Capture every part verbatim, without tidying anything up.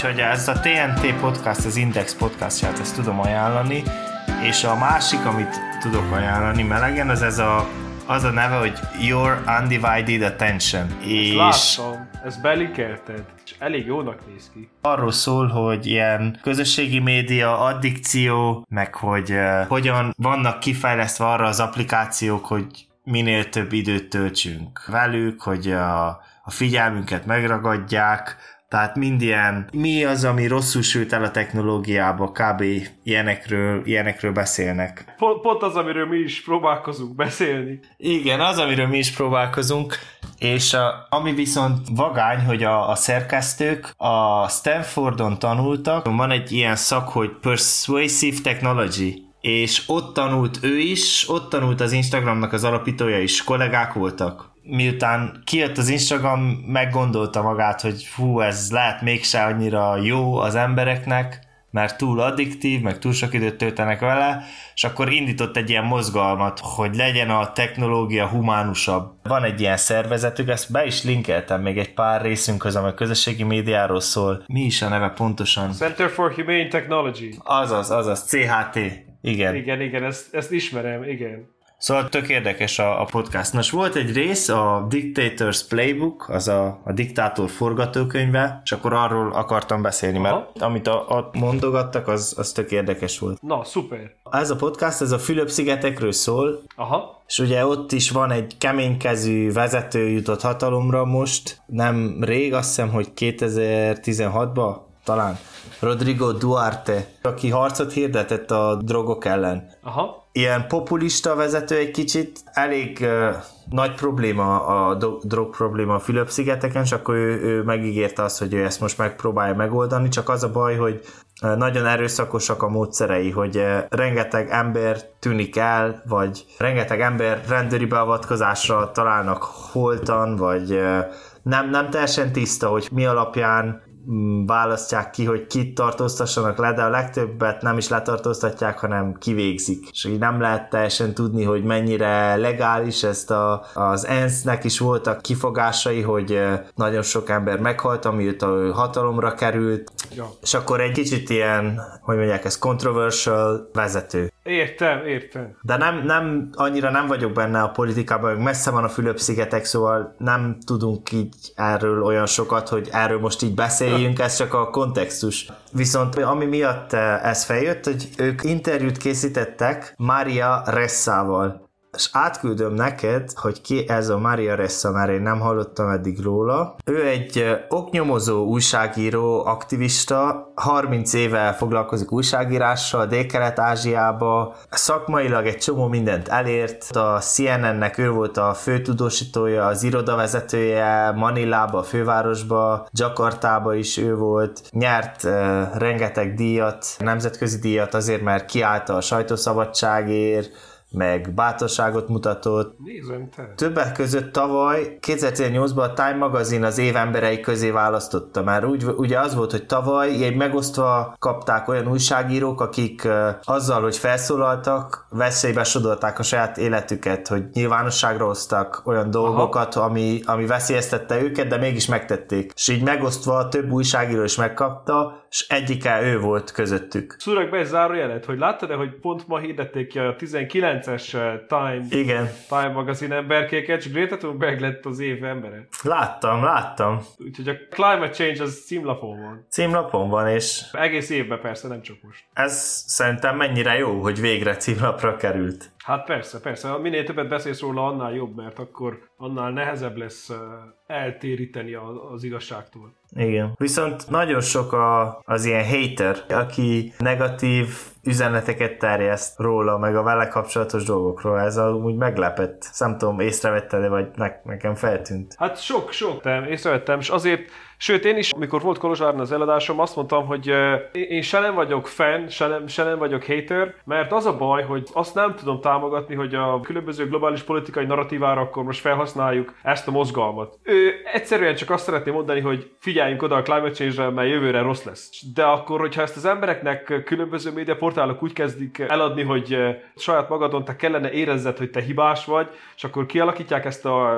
Úgyhogy ez a té en té podcast, az Index podcastját, ezt tudom ajánlani, és a másik, amit tudok ajánlani melegen, az ez a, az a neve, hogy Your Undivided Attention. És láttam, ezt belinkelted, és elég jónak néz ki. Arról szól, hogy ilyen közösségi média, addikció, meg hogy uh, hogyan vannak kifejlesztve arra az applikációk, hogy minél több időt töltsünk velük, hogy a, a figyelmünket megragadják, tehát mind ilyen, mi az, ami rosszul sült el a technológiába, kb. ilyenekről, ilyenekről beszélnek. Pont, pont az, amiről mi is próbálkozunk beszélni. Igen, az, amiről mi is próbálkozunk, és a, ami viszont vagány, hogy a, a szerkesztők a Stanfordon tanultak, van egy ilyen szak, hogy Persuasive Technology, és ott tanult ő is, ott tanult az Instagramnak az alapítója is, kollégák voltak. Miután kijött az Instagram, meggondolta magát, hogy fú, ez lehet mégse annyira jó az embereknek, mert túl addiktív, meg túl sok időt töltenek vele, és akkor indított egy ilyen mozgalmat, hogy legyen a technológia humánusabb. Van egy ilyen szervezetük, ezt be is linkeltem még egy pár részünkhöz, amely közösségi médiáról szól. Mi is a neve pontosan? Center for Humane Technology. Azaz, azaz, cé há té. Igen. Igen, igen, ezt, ezt ismerem, igen. Szóval tök érdekes a, a podcast. Nos, volt egy rész, a Dictator's Playbook, az a, a diktátor forgatókönyve, és akkor arról akartam beszélni, mert aha, amit a, a mondogattak, az, az tök érdekes volt. Na, szuper. Ez a podcast, ez a Fülöp-szigetekről szól, aha, és ugye ott is van egy keménykezű vezető jutott hatalomra most, nem rég, azt hiszem, hogy kétezer-tizenhatban talán, Rodrigo Duarte, aki harcot hirdetett a drogok ellen. Aha. Ilyen populista vezető egy kicsit, elég uh, nagy probléma a do- drog probléma a Fülöp-szigeteken, és akkor ő, ő megígérte azt, hogy ő ezt most megpróbálja megoldani, csak az a baj, hogy uh, nagyon erőszakosak a módszerei, hogy uh, rengeteg ember tűnik el, vagy rengeteg ember rendőri beavatkozásra találnak holtan, vagy uh, nem, nem teljesen tiszta, hogy mi alapján választják ki, hogy kit tartóztassanak le, de a legtöbbet nem is letartóztatják, hanem kivégzik. És így nem lehet teljesen tudni, hogy mennyire legális, ezt a, az ENSZ-nek is voltak kifogásai, hogy nagyon sok ember meghalt, amióta ő hatalomra került, ja, és akkor egy kicsit ilyen, hogy mondják, ez controversial vezető. Értem, értem. De nem, nem, annyira nem vagyok benne a politikában, messze van a Fülöp-szigetek, szóval nem tudunk így erről olyan sokat, hogy erről most így beszéljünk, ez csak a kontextus. Viszont ami miatt ez feljött, hogy ők interjút készítettek Maria Ressával. És átküldöm neked, hogy ki ez a Maria Ressa, mert én nem hallottam eddig róla. Ő egy oknyomozó újságíró, aktivista, harminc éve foglalkozik újságírással Dél-Kelet-Ázsiába, szakmailag egy csomó mindent elért, a cé en en-nek ő volt a főtudósítója, az irodavezetője, Manilába, a fővárosba, Jakartába is ő volt, nyert uh, rengeteg díjat, nemzetközi díjat azért, mert kiállt a sajtószabadságért, meg bátorságot mutatott. Nézem te. Többek között tavaly, kétezer-tizennyolcban a Time magazin az év emberei közé választotta. Már úgy, ugye az volt, hogy tavaly egy megosztva kapták olyan újságírók, akik uh, azzal, hogy felszólaltak, veszélybe sodorták a saját életüket, hogy nyilvánosságra hoztak olyan dolgokat, ami, ami veszélyeztette őket, de mégis megtették. És így megosztva több újságíró is megkapta, és egyike ő volt közöttük. Szúrok be egy zárójelet, hogy láttad-e, hogy pont ma hirdették ki a tizenkilences Time, igen, Time magazin emberkéket, és Greta Thunberg lett az év embere. Láttam, láttam. Úgyhogy a Climate Change az címlapon van. Címlapon van, és... egész évben persze, nem csak most. Ez szerintem mennyire jó, hogy végre címlapra került. Hát persze, persze. Minél többet beszélsz róla, annál jobb, mert akkor annál nehezebb lesz eltéríteni az igazságtól. Igen. Viszont nagyon sok a, az ilyen hater, aki negatív üzeneteket terjeszt róla, meg a vele kapcsolatos dolgokról. Ez úgy meglepett. Nem tudom, észrevetted-e, vagy ne, nekem feltűnt. Hát sok, sok. Nem, észrevettem, és azért, sőt én is, amikor volt Kolozsváron az eladásom, azt mondtam, hogy uh, én se nem vagyok fan, se nem, se nem vagyok hater, mert az a baj, hogy azt nem tudom támogatni, hogy a különböző globális politikai narratívára akkor most felhasználjuk ezt a mozgalmat. Ő egyszerűen csak azt szeretném mondani, hogy figyeljünk oda a climate change-re, mert jövőre rossz lesz. De akkor, hogyha ezt az embereknek különböző médiaportálok úgy kezdik eladni, hogy saját magadon te kellene érezzed, hogy te hibás vagy, és akkor kialakítják ezt a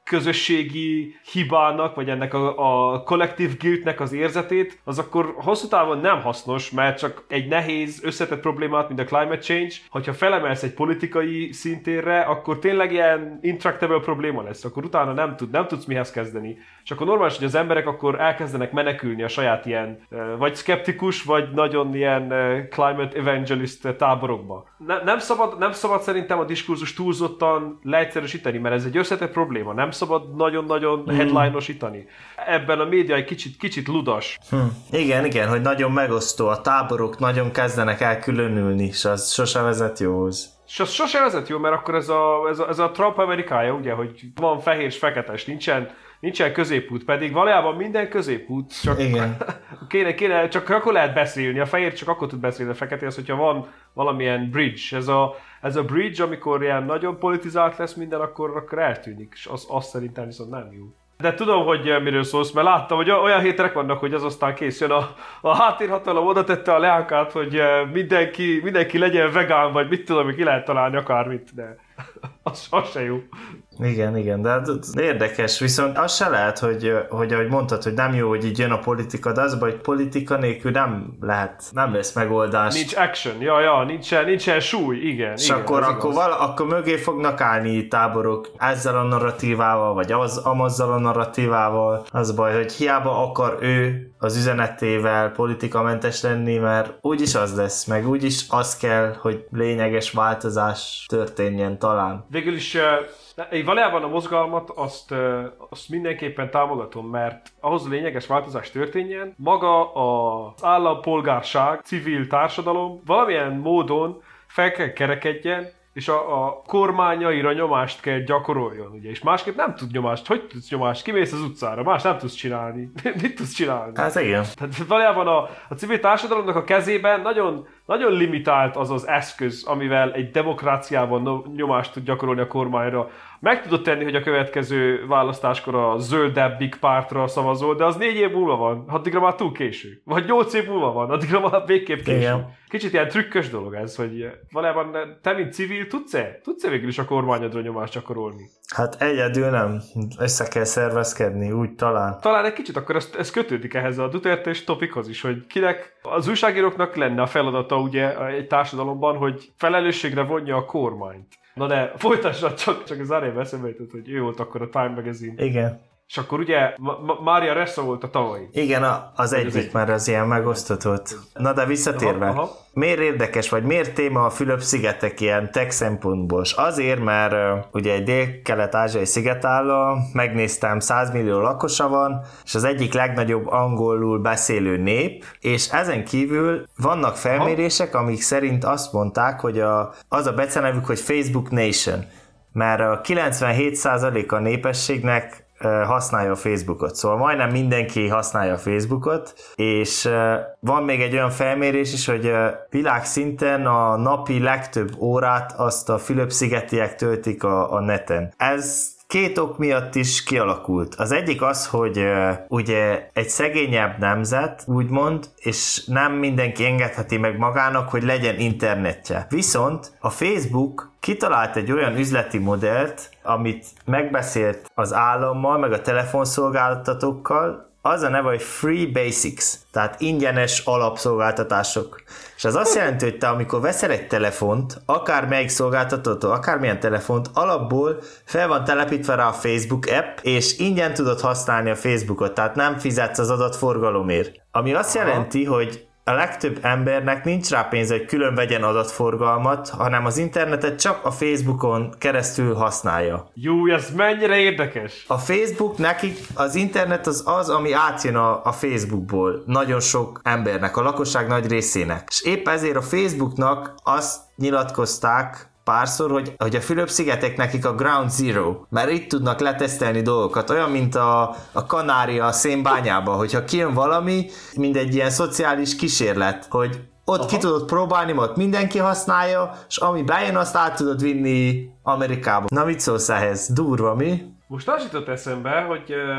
közösségi hibának, vagy ennek a, a kollektív guiltnek az érzetét, az akkor hosszú távon nem hasznos, mert csak egy nehéz, összetett problémát, mint a climate change, hogyha felemelsz egy politikai szintérre, akkor tényleg ilyen intractable probléma lesz, akkor utána nem, tud, nem tudsz mihez kezdeni. És akkor normális, hogy az emberek akkor elkezdenek menekülni a saját ilyen, vagy szkeptikus, vagy nagyon ilyen climate evangelist táborokba. Ne, nem, szabad, nem szabad szerintem a diskurzus túlzottan leegyszerűsíteni, mert ez egy összetett probléma. Nem szabad nagyon-nagyon hmm. headline-osítani. Ebben a média egy kicsit, kicsit ludas. Hmm. Igen, igen, hogy nagyon megosztó. A táborok nagyon kezdenek elkülönülni, és az sose vezet jóhoz. És az sose vezet jó, mert akkor ez a, ez a, ez a Trump Amerikája, ugye, hogy van fehér és feketes, nincsen, nincsen középút, pedig valójában minden középút, csak igen. kéne, kéne, csak akkor lehet beszélni, a fehér csak akkor tud beszélni, a fekete az, hogyha van valamilyen bridge. Ez a, ez a bridge, amikor ilyen nagyon politizált lesz minden, akkor, akkor eltűnik, és az, az szerintem viszont nem jó. De tudom, hogy miről szólsz, mert láttam, hogy olyan héterek vannak, hogy az aztán kész jön. A, a háttérhatalom oda tette a leákát, hogy mindenki, mindenki legyen vegán, vagy mit tudom, ki lehet találni akármit, de az, az se jó. Igen, igen, de hát érdekes, viszont az se lehet, hogy, hogy ahogy mondtad, hogy nem jó, hogy így jön a politika, de az baj, hogy politika nélkül nem lehet, nem lesz megoldás. Nincs action, ja, ja, nincsen, nincsen súly, igen. És igen, akkor, akkor, vala, akkor mögé fognak állni táborok ezzel a narratívával, vagy az, amazzal a narratívával. Az baj, hogy hiába akar ő az üzenetével politikamentes lenni, mert úgyis az lesz, meg úgyis az kell, hogy lényeges változás történjen talán. Végül is én valójában a mozgalmat azt, azt mindenképpen támogatom, mert ahhoz a lényeges változás történjen, maga az állampolgárság, civil társadalom valamilyen módon fel kell kerekedjen, és a, a kormányaira nyomást kell gyakoroljon, ugye, és másképp nem tud nyomást. Hogy tudsz nyomást? Kimész az utcára, más nem tudsz csinálni. Mit tudsz csinálni? Hát igen. Tehát valójában a, a civil társadalomnak a kezében nagyon, nagyon limitált az az eszköz, amivel egy demokráciában nyomást tud gyakorolni a kormányra. Meg tudod tenni, hogy a következő választáskor a zöldebbik pártra szavazol, de az négy év múlva van, addigra már túl késő. Vagy nyolc év múlva van, addigra már végképp késő. Igen. Kicsit ilyen trükkös dolog ez, hogy valójában te, mint civil, tudsz-e? Tudsz-e végül is a kormányodra nyomást gyakorolni? Hát egyedül nem. Össze kell szervezkedni, úgy talán. Talán egy kicsit akkor ez, ez kötődik ehhez a Duterte-s topikhoz is, hogy kinek az újságíróknak lenne a feladata ugye egy társadalomban, hogy felelősségre vonja a kormányt. Na de folytassad, csak, csak az arrébb eszembe jutott, hogy ő volt akkor a Time Magazine. Igen. És akkor ugye Ma- Mária Ressa volt a tavalyi. Igen, a, az egyik, az egyik, mert az ilyen megosztott volt. Na de visszatérve, aha, aha. Miért érdekes, vagy miért téma a Fülöp-szigetek ilyen tech szempontból? És azért, mert uh, ugye egy dél-kelet-ázsiai szigetállal megnéztem, száz millió lakosa van, és az egyik legnagyobb angolul beszélő nép, és ezen kívül vannak felmérések, amik szerint azt mondták, hogy a, az a becenevük, hogy Facebook Nation, mert a kilencvenhét százalék a népességnek használja a Facebookot. Szóval majdnem mindenki használja a Facebookot, és van még egy olyan felmérés is, hogy világszinten a napi legtöbb órát azt a Fülöp-szigetiek töltik a, a neten. Ez két ok miatt is kialakult. Az egyik az, hogy uh, ugye egy szegényebb nemzet, úgymond, és nem mindenki engedheti meg magának, hogy legyen internetje. Viszont a Facebook kitalált egy olyan üzleti modellt, amit megbeszélt az állammal, meg a telefonszolgáltatókkal, az a neve, hogy Free Basics, tehát ingyenes alapszolgáltatások. És az azt jelenti, hogy te amikor veszel egy telefont, akár melyik szolgáltatótól, akármilyen telefont, alapból fel van telepítve rá a Facebook app, és ingyen tudod használni a Facebookot, tehát nem fizetsz az adatforgalomért. Ami azt jelenti, hogy a legtöbb embernek nincs rá pénze, hogy külön vegyen adatforgalmat, hanem az internetet csak a Facebookon keresztül használja. Jú, ez mennyire érdekes! A Facebook nekik, az internet az az, ami átjön a, a Facebookból nagyon sok embernek, a lakosság nagy részének. És épp ezért a Facebooknak azt nyilatkozták párszor, hogy, hogy a Fülöp-szigetek nekik a ground zero, mert itt tudnak letesztelni dolgokat, olyan, mint a, a Kanária a szénbányába, hogyha kijön valami, mint egy ilyen szociális kísérlet, hogy ott aha, ki tudod próbálni, ott mindenki használja, és ami bejön, azt át tudod vinni Amerikába. Na mit szólsz ehhez? Durva, mi? Most az jutott eszembe, hogy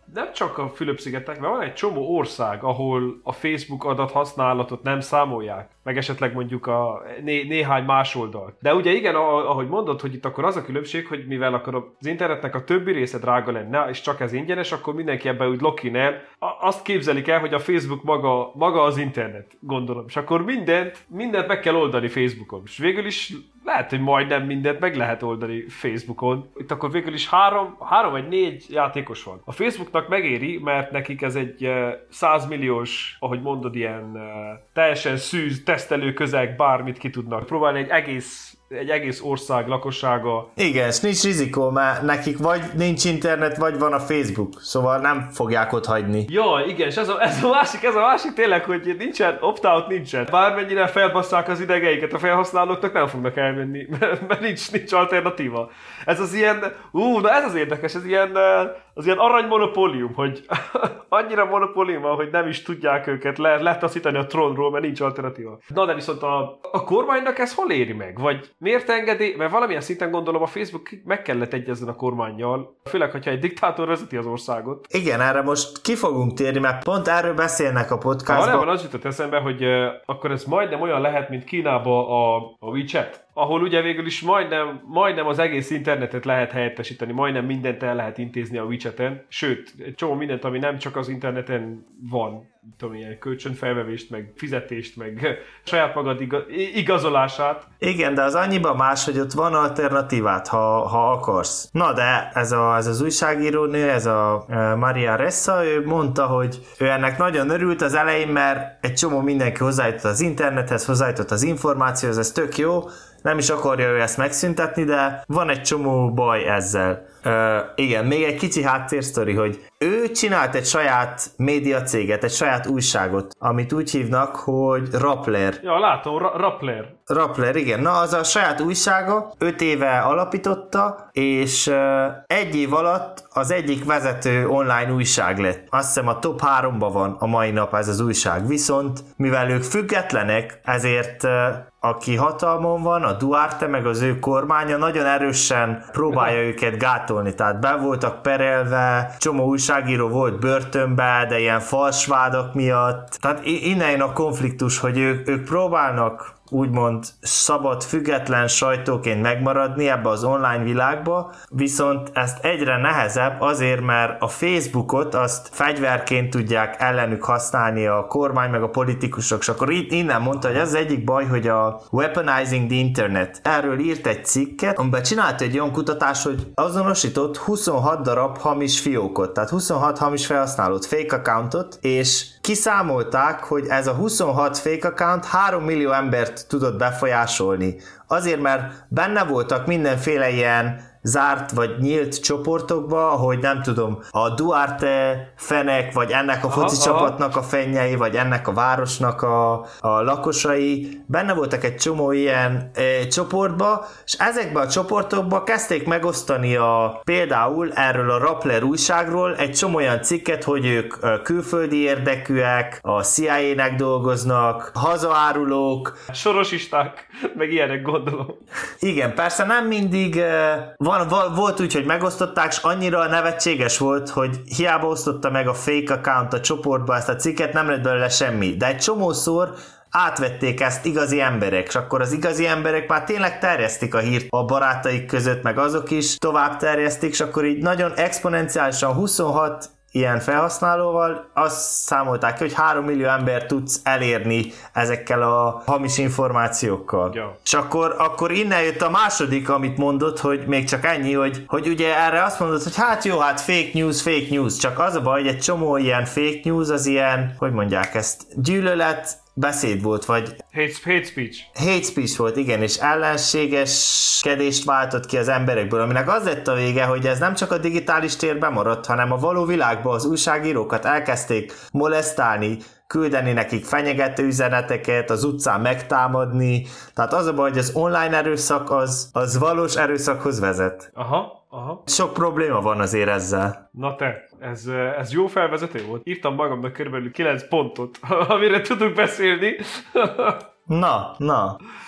nem csak a Fülöp-szigetek, mert van egy csomó ország, ahol a Facebook adathasználatot nem számolják, meg esetleg mondjuk a né- néhány más oldalt. De ugye igen, ahogy mondod, hogy itt akkor az a különbség, hogy mivel akkor az internetnek a többi része drága lenne, és csak ez ingyenes, akkor mindenki ebben úgy lock-in el. Azt képzelik el, hogy a Facebook maga, maga az internet, gondolom. És akkor mindent, mindent meg kell oldani Facebookon. És végül is lehet, hogy majdnem mindent meg lehet oldani Facebookon. Itt akkor végül is három, három vagy négy játékos van. A Facebooknak megéri, mert nekik ez egy százmilliós, ahogy mondod, ilyen teljesen szűz, tesztelő közeg, bármit ki tudnak próbálni, egy egész egy egész ország lakossága. Igen, és nincs rizikó, mert nekik vagy nincs internet, vagy van a Facebook, szóval nem fogják ott hagyni. Ja, igen, és ez a, ez a másik, ez a másik tényleg, hogy nincsen, opt-out nincsen. Bármennyire felbasszák az idegeiket a felhasználóknak, nem fognak elmenni, mert, mert nincs, nincs alternatíva. Ez az ilyen, ú, na ez az érdekes, ez ilyen, az ilyen arany monopólium, hogy annyira monopólium van, hogy nem is tudják őket le, letaszítani a trónról, mert nincs alternatíva. Na de viszont a, a kormánynak ez hol éri meg? Vagy miért engedi? Mert valamilyen szinten gondolom a Facebook meg kellett egyezzen a kormánnyal, főleg, hogyha egy diktátor vezeti az országot. Igen, erre most ki fogunk térni, mert pont erről beszélnek a podcastban. Valójában az jutott eszembe, hogy uh, akkor ez majdnem olyan lehet, mint Kínában a, a WeChat, ahol ugye végül is majdnem, majdnem az egész internetet lehet helyettesíteni, majdnem mindent el lehet intézni a WeChaten, sőt, egy csomó mindent, ami nem csak az interneten van, tudom, ilyen kölcsönfelvevést, meg fizetést, meg saját magad igazolását. Igen, de az annyiban más, hogy ott van alternatívát, ha, ha akarsz. Na de ez, a, ez az újságírónő, ez a Maria Ressa, ő mondta, hogy ő ennek nagyon örült az elején, mert egy csomó mindenki hozzájutott az internethez, hozzájutott az információhoz, ez tök jó, nem is akarja ő ezt megszüntetni, de van egy csomó baj ezzel. Uh, igen, még egy kicsi háttérsztori, hogy ő csinált egy saját médiacéget, egy saját újságot, amit úgy hívnak, hogy Rappler. Ja, látom, Ra- Rappler. Rappler, igen. Na, az a saját újsága, öt éve alapította, és uh, egy év alatt az egyik vezető online újság lett. Azt hiszem a top háromban van a mai nap ez az újság. Viszont, mivel ők függetlenek, ezért uh, aki hatalmon van, a Duarte meg az ő kormánya nagyon erősen próbálja őket gátolni, tehát be voltak perelve, csomó újságíró volt börtönbe, de ilyen falsvádak miatt, tehát innen jön a konfliktus, hogy ők, ők próbálnak úgymond szabad, független sajtóként megmaradni ebbe az online világba, viszont ezt egyre nehezebb azért, mert a Facebookot azt fegyverként tudják ellenük használni a kormány meg a politikusok, és akkor innen mondta, hogy ez az egyik baj, hogy a weaponizing the internet. Erről írt egy cikket, amiben csinált egy olyan kutatás, hogy azonosított huszonhat darab hamis fiókot, tehát huszonhat hamis felhasználót, fake accountot, és kiszámolták, hogy ez a huszonhat fake account három millió embert tudott befolyásolni. Azért, mert benne voltak mindenféle ilyen zárt vagy nyílt csoportokba, hogy nem tudom, a Duarte fenek, vagy ennek a foci csapatnak a fennyei, vagy ennek a városnak a, a lakosai, benne voltak egy csomó ilyen e, csoportba, és ezekben a csoportokba kezdték megosztani a, például erről a Rappler újságról egy csomó olyan cikket, hogy ők külföldi érdekűek, a C I A-nek dolgoznak, hazaárulók. Sorosisták, meg ilyenek gondolom. Igen, persze nem mindig van. Volt úgy, hogy megosztották, és annyira nevetséges volt, hogy hiába osztotta meg a fake account a csoportba ezt a cikket, nem lett belőle semmi. De egy csomószor átvették ezt igazi emberek, és akkor az igazi emberek már tényleg terjesztik a hírt a barátaik között, meg azok is tovább terjesztik, és akkor így nagyon exponenciálisan huszonhat ilyen felhasználóval azt számolták ki, hogy három millió ember tudsz elérni ezekkel a hamis információkkal. Ja. És akkor, akkor innen jött a második, amit mondott, hogy még csak ennyi, hogy, hogy ugye erre azt mondod, hogy hát jó, hát fake news, fake news, csak az a baj, hogy egy csomó ilyen fake news az ilyen, hogy mondják ezt, gyűlölet beszéd volt, vagy hate, hate speech. Hate speech volt, igen, és ellenségeskedést váltott ki az emberekből, aminek az lett a vége, hogy ez nem csak a digitális térben maradt, hanem a való világban az újságírókat elkezdték molesztálni, küldeni nekik fenyegető üzeneteket, az utcán megtámadni, tehát az a baj, hogy az online erőszak az, az valós erőszakhoz vezet. Aha. Aha. Sok probléma van azért ezzel. Na te, ez, ez jó felvezető volt. Írtam magamnak körülbelül kilenc pontot, amire tudunk beszélni. Na, na.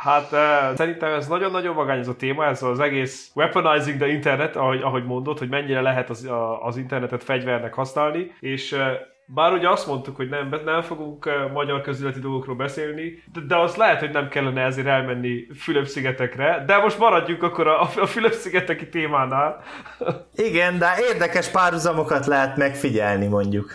Hát uh, szerintem ez nagyon-nagyon vagány ez a téma, ez az egész weaponizing the internet, ahogy, ahogy mondod, hogy mennyire lehet az, a, az internetet fegyvernek használni, és uh, bár ugye azt mondtuk, hogy nem, nem fogunk uh, magyar közéleti dolgokról beszélni, de, de az lehet, hogy nem kellene ezért elmenni Fülöp-szigetekre, de most maradjunk akkor a, a Fülöp-szigeteki témánál. Igen, de érdekes párhuzamokat lehet megfigyelni, mondjuk.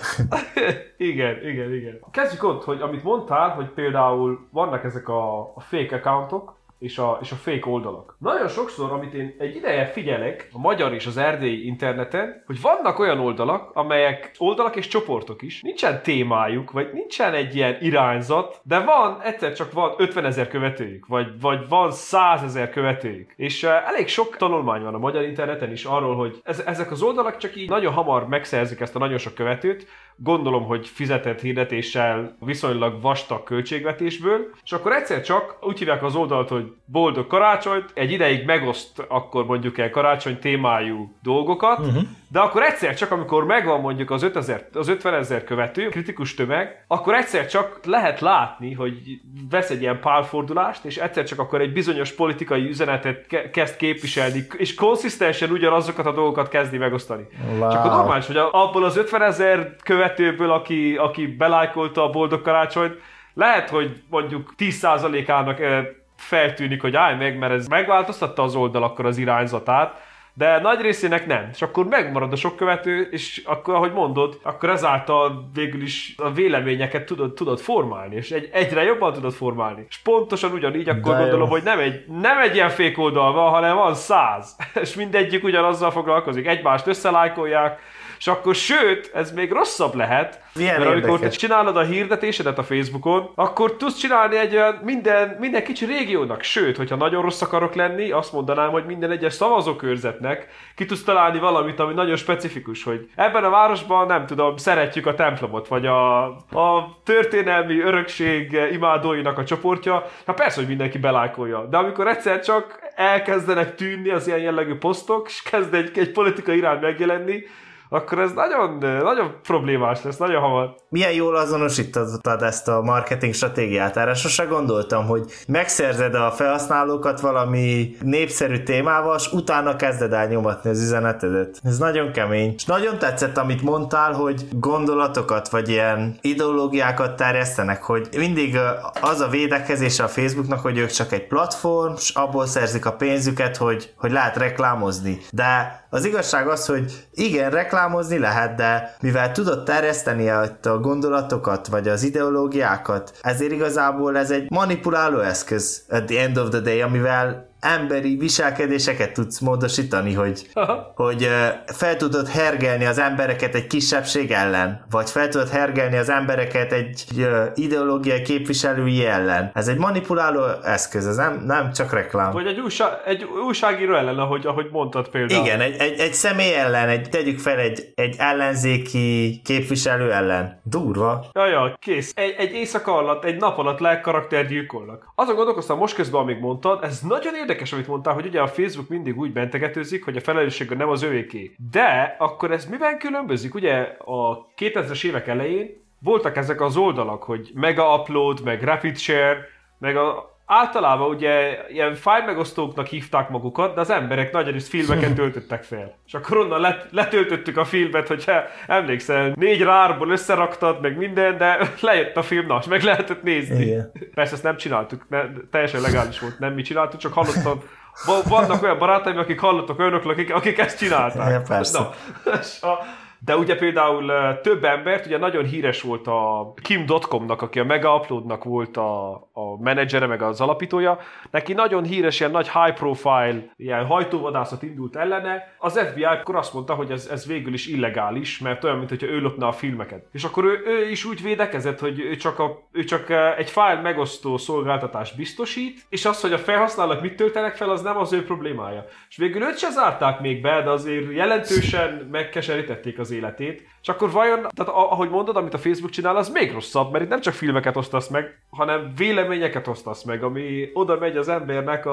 Igen, igen, igen. Kezdjük ott, hogy amit mondtál, hogy például vannak ezek a, a fake accountok, és a, és a fake oldalak. Nagyon sokszor, amit én egy ideje figyelek a magyar és az erdélyi interneten, hogy vannak olyan oldalak, amelyek oldalak és csoportok is, nincsen témájuk, vagy nincsen egy ilyen irányzat, de van, egyszer csak van ötvenezer követőjük, vagy, vagy van százezer követőjük. És uh, elég sok tanulmány van a magyar interneten is arról, hogy ez, ezek az oldalak csak így nagyon hamar megszerzik ezt a nagyon sok követőt, gondolom, hogy fizetett hirdetéssel, viszonylag vastag költségvetésből, és akkor egyszer csak úgy hívják az oldalt, hogy boldog karácsonyt, egy ideig megoszt akkor mondjuk el karácsony témájú dolgokat, uh-huh. de akkor egyszer csak, amikor megvan mondjuk az, ötezer, az ötvenezer követő, kritikus tömeg, akkor egyszer csak lehet látni, hogy vesz egy ilyen pálfordulást, és egyszer csak akkor egy bizonyos politikai üzenetet ke- kezd képviselni, és konszisztensen ugyanazokat a dolgokat kezdi megosztani. Wow. Csak a normális, hogy abból az ötvenezer követőből, aki, aki belájkolta a boldog karácsonyt, lehet, hogy mondjuk tíz százalékának feltűnik, hogy állj meg, mert ez megváltoztatta az oldal akkor az irányzatát, de nagy részének nem. És akkor megmarad a sok követő, és akkor, ahogy mondod, akkor ezáltal végül is a véleményeket tudod, tudod formálni, és egy, egyre jobban tudod formálni. És pontosan ugyanígy akkor de gondolom, jó. hogy nem egy, nem egy ilyen fake oldal van, hanem van száz. És mindegyik ugyanazzal foglalkozik. Egymást összelájkolják, és akkor sőt, ez még rosszabb lehet, milyen mert amikor te csinálod a hirdetésedet a Facebookon, akkor tudsz csinálni egy olyan minden, minden kicsi régiónak, sőt, hogyha nagyon rossz akarok lenni, azt mondanám, hogy minden egyes szavazókörzetnek ki tudsz találni valamit, ami nagyon specifikus, hogy ebben a városban, nem tudom, szeretjük a templomot, vagy a, a történelmi örökség imádóinak a csoportja, hát persze, hogy mindenki belájkolja, de amikor egyszer csak elkezdenek tűnni az ilyen jellegű posztok, és kezd egy, egy politikai irány megjelenni, akkor ez nagyon, nagyon problémás lesz, nagyon hamar. Milyen jól azonosítottad ezt a marketing stratégiát? Erre sose gondoltam, hogy megszerzed a felhasználókat valami népszerű témával, és utána kezded el nyomatni az üzenetedet. Ez nagyon kemény. És nagyon tetszett, amit mondtál, hogy gondolatokat, vagy ilyen ideológiákat terjesztenek, hogy mindig az a védekezése a Facebooknak, hogy ők csak egy platform, és abból szerzik a pénzüket, hogy, hogy lehet reklámozni. De az igazság az, hogy igen, reklámozni lehet, de mivel tudod terjeszteni a gondolatokat, vagy az ideológiákat, ezért igazából ez egy manipuláló eszköz at the end of the day, amivel emberi viselkedéseket tudsz módosítani, hogy, hogy fel tudod hergelni az embereket egy kisebbség ellen, vagy fel tudod hergelni az embereket egy ideológiai képviselői ellen. Ez egy manipuláló eszköz, ez nem, nem csak reklám. Vagy egy, újság, egy újságíró ellen, ahogy, ahogy mondtad például. Igen, egy, egy, egy személy ellen, egy, tegyük fel egy, egy ellenzéki képviselő ellen. Durva. Jajjaj, kész. Egy, egy éjszaka alatt, egy nap alatt le karaktergyilkolnak. Azon gondolkoztam most közben, amíg mondtad, ez nagyon érdekes, amit mondtál, hogy ugye a Facebook mindig úgy bentegetőzik, hogy a felelőssége nem az övéké. De akkor ez miben különbözik? Ugye a kétezres évek elején voltak ezek az oldalak, hogy mega upload, meg rapid share, meg a általában ugye ilyen fájlmegosztóknak hívták magukat, de az emberek nagy részt filmeket töltöttek fel. És akkor onnan let, letöltöttük a filmet, hogyha emlékszel, négy rárból összeraktad, meg minden, de lejött a film, na, és meg lehetett nézni. Igen. Persze ezt nem csináltuk, ne, teljesen legális volt, nem mi csináltuk, csak hallottam, vannak olyan barátaim, akik hallottak olyanokról, akik, akik ezt csinálták. Ja, persze. Na, de ugye például több embert, ugye nagyon híres volt a Kim dot com-nak, aki a Mega Upload-nak volt a, a menedzsere, meg az alapítója. Neki nagyon híres, ilyen nagy high profile, ilyen hajtóvadászat indult ellene. Az ef bé i akkor azt mondta, hogy ez, ez végül is illegális, mert olyan, mintha ő lopna a filmeket. És akkor ő, ő is úgy védekezett, hogy ő csak, a, ő csak egy file megosztó szolgáltatást biztosít, és az, hogy a felhasználók mit töltenek fel, az nem az ő problémája. És végül őt se zárták még be, de azért jelentősen megkeserítették az életét. És akkor vajon, tehát ahogy mondod, amit a Facebook csinál, az még rosszabb, mert itt nem csak filmeket osztasz meg, hanem véleményeket osztasz meg, ami oda megy az embernek a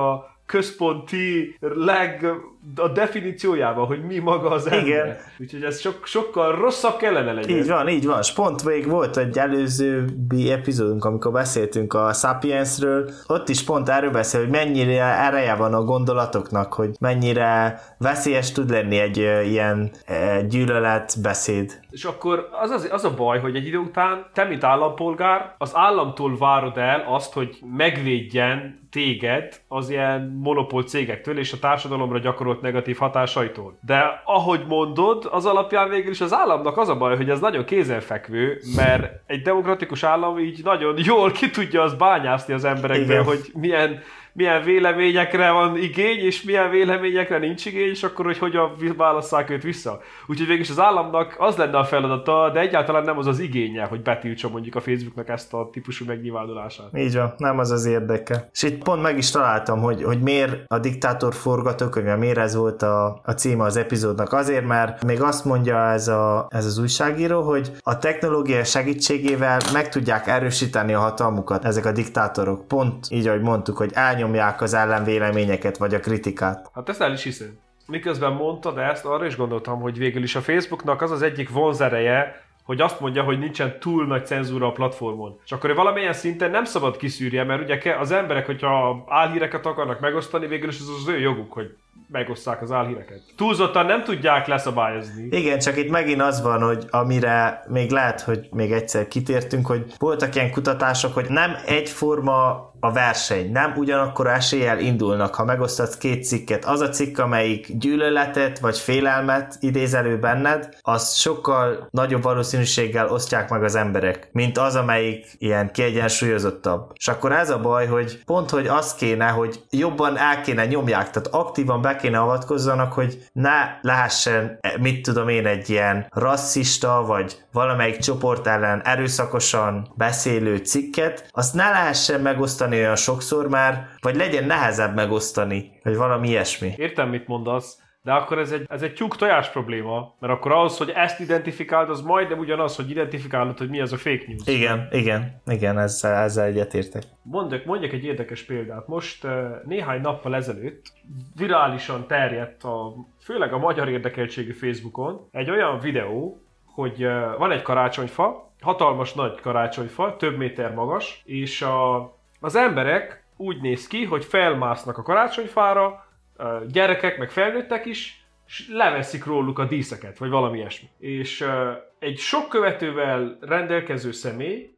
központi leg a definíciójában, hogy mi maga az ember. Igen. Úgyhogy ez sok, sokkal rosszabb kellene legyen. Így van, így van. És pont még volt egy előzőbbi epizódunk, amikor beszéltünk a Sapiensről, ott is pont erről beszél, hogy mennyire ereje van a gondolatoknak, hogy mennyire veszélyes tud lenni egy uh, ilyen uh, gyűlöletbeszéd. És akkor az, az, az a baj, hogy egy idő után te, mint állampolgár, az államtól várod el azt, hogy megvédjen téged az ilyen monopól cégektől és a társadalomra gyakorolt negatív hatásaitól. De ahogy mondod, az alapján végül is az államnak az a baj, hogy ez nagyon kézenfekvő, mert egy demokratikus állam így nagyon jól ki tudja azt bányászni az emberekben, hogy milyen milyen véleményekre van igény, és milyen véleményekre nincs igény, és akkor, hogy hogyan válasszák őt vissza. Úgyhogy végülis az államnak az lenne a feladata, de egyáltalán nem az az igénye, hogy betiltsa mondjuk a Facebooknak ezt a típusú megnyilvánulását. Így van, nem az az érdeke. És itt pont meg is találtam, hogy, hogy miért a diktátor forgatókönyve, miért ez volt a, a címe az epizódnak. Azért, mert még azt mondja ez, a, ez az újságíró, hogy a technológia segítségével meg tudják erősíteni a hatalmukat ezek a diktátorok. Pont így, ahogy mondtuk, hogy elnyomják az ellenvéleményeket, vagy a kritikát. Hát ezt el is hiszem. Miközben mondtad ezt, arra is gondoltam, hogy végül is a Facebooknak az az egyik vonzereje, hogy azt mondja, hogy nincsen túl nagy cenzúra a platformon. És akkor valamilyen szinten nem szabad kiszűrje, mert ugye az emberek, hogyha álhíreket akarnak megosztani, végül is az az ő joguk, hogy megosszák az álhíreket. Túlzottan nem tudják leszabályozni. Igen, csak itt megint az van, hogy amire még lehet, hogy még egyszer kitértünk, hogy voltak ilyen kutatások, hogy nem egyforma a verseny, nem ugyanakkor eséllyel indulnak, ha megosztatsz két cikket. Az a cikk, amelyik gyűlöletet vagy félelmet idéz elő benned, az sokkal nagyobb valószínűséggel osztják meg az emberek, mint az, amelyik ilyen kiegyensúlyozottabb. És akkor ez a baj, hogy pont, hogy az kéne, hogy jobban el kéne nyomják, tehát aktívan be kéne avatkozzanak, hogy ne lehessen, mit tudom én, egy ilyen rasszista, vagy valamelyik csoport ellen erőszakosan beszélő cikket, azt ne lehessen megosztani olyan sokszor már, vagy legyen nehezebb megosztani, vagy valami ilyesmi. Értem, mit mondasz, de akkor ez egy, ez egy tyúk tojás probléma, mert akkor ahhoz, hogy ezt identifikáld, az majdnem ugyanaz, hogy identifikálod, hogy mi az a fake news. Igen, igen, igen, ezzel, ezzel egyetértek. Mondjak, mondjak egy érdekes példát. Most néhány nappal ezelőtt virálisan terjedt, a, főleg a magyar érdekeltségű Facebookon egy olyan videó, hogy van egy karácsonyfa, hatalmas nagy karácsonyfa, több méter magas, és a Az emberek úgy néz ki, hogy felmásznak a karácsonyfára, gyerekek, meg felnőttek is, és leveszik róluk a díszeket, vagy valami ilyesmi. És egy sok követővel rendelkező személy,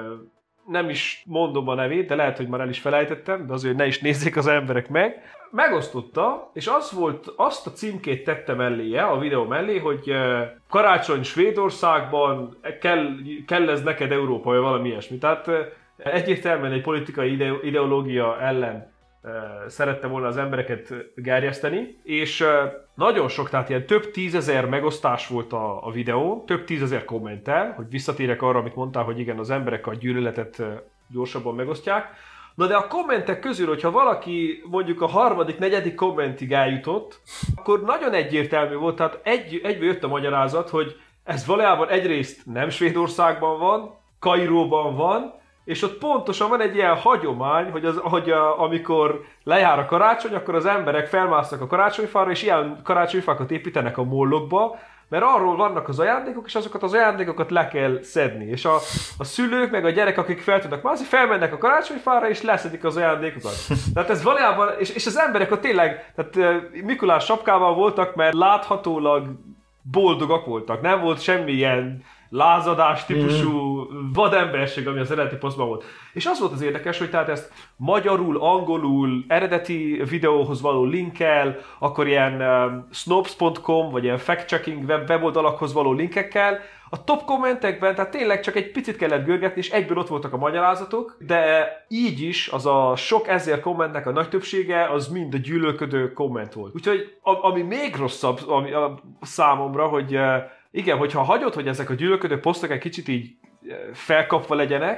nem is mondom a nevét, de lehet, hogy már el is felejtettem, de azért ne is nézzék az emberek meg, megosztotta, és az volt, azt a címkét tette melléje, a videó mellé, hogy karácsony Svédországban, kell, kell ez neked Európa, vagy valami ilyesmi. Tehát egyértelműen egy politikai ide- ideológia ellen uh, szerette volna az embereket gerjeszteni, és uh, nagyon sok, tehát ilyen több tízezer megosztás volt a, a videó, több tízezer kommentel, hogy visszatérek arra, amit mondtál, hogy igen, az emberek a gyűlöletet uh, gyorsabban megosztják. Na de a kommentek közül, hogyha valaki mondjuk a harmadik, negyedik kommentig eljutott, akkor nagyon egyértelmű volt, tehát egy, egyből jött a magyarázat, hogy ez valójában egyrészt nem Svédországban van, Kairóban van, és ott pontosan van egy ilyen hagyomány, hogy, az, hogy a, amikor lejár a karácsony, akkor az emberek felmásznak a karácsonyfára, és ilyen karácsonyfákat építenek a mollokba, mert arról vannak az ajándékok, és azokat az ajándékokat le kell szedni. És a, a szülők, meg a gyerek, akik fel tudnak mászni, felmennek a karácsonyfára, és leszedik az ajándékokat. Tehát ez valójában, és, és az emberek ott tényleg, tehát Mikulás sapkával voltak, mert láthatólag boldogak voltak. Nem volt semmilyen lázadás típusú vademberség, ami az eredeti posztban volt. És az volt az érdekes, hogy tehát ezt magyarul, angolul, eredeti videóhoz való linkkel, akkor ilyen um, snopes pont com, vagy ilyen fact-checking web, weboldalakhoz való linkekkel, a top kommentekben, tehát tényleg csak egy picit kellett görgetni, és egyből ott voltak a magyarázatok, de így is az a sok ezer kommentnek a nagy többsége, az mind a gyűlölködő komment volt. Úgyhogy ami még rosszabb ami, a számomra, hogy igen, hogyha hagyod, hogy ezek a gyűlölködő posztok egy kicsit így felkapva legyenek,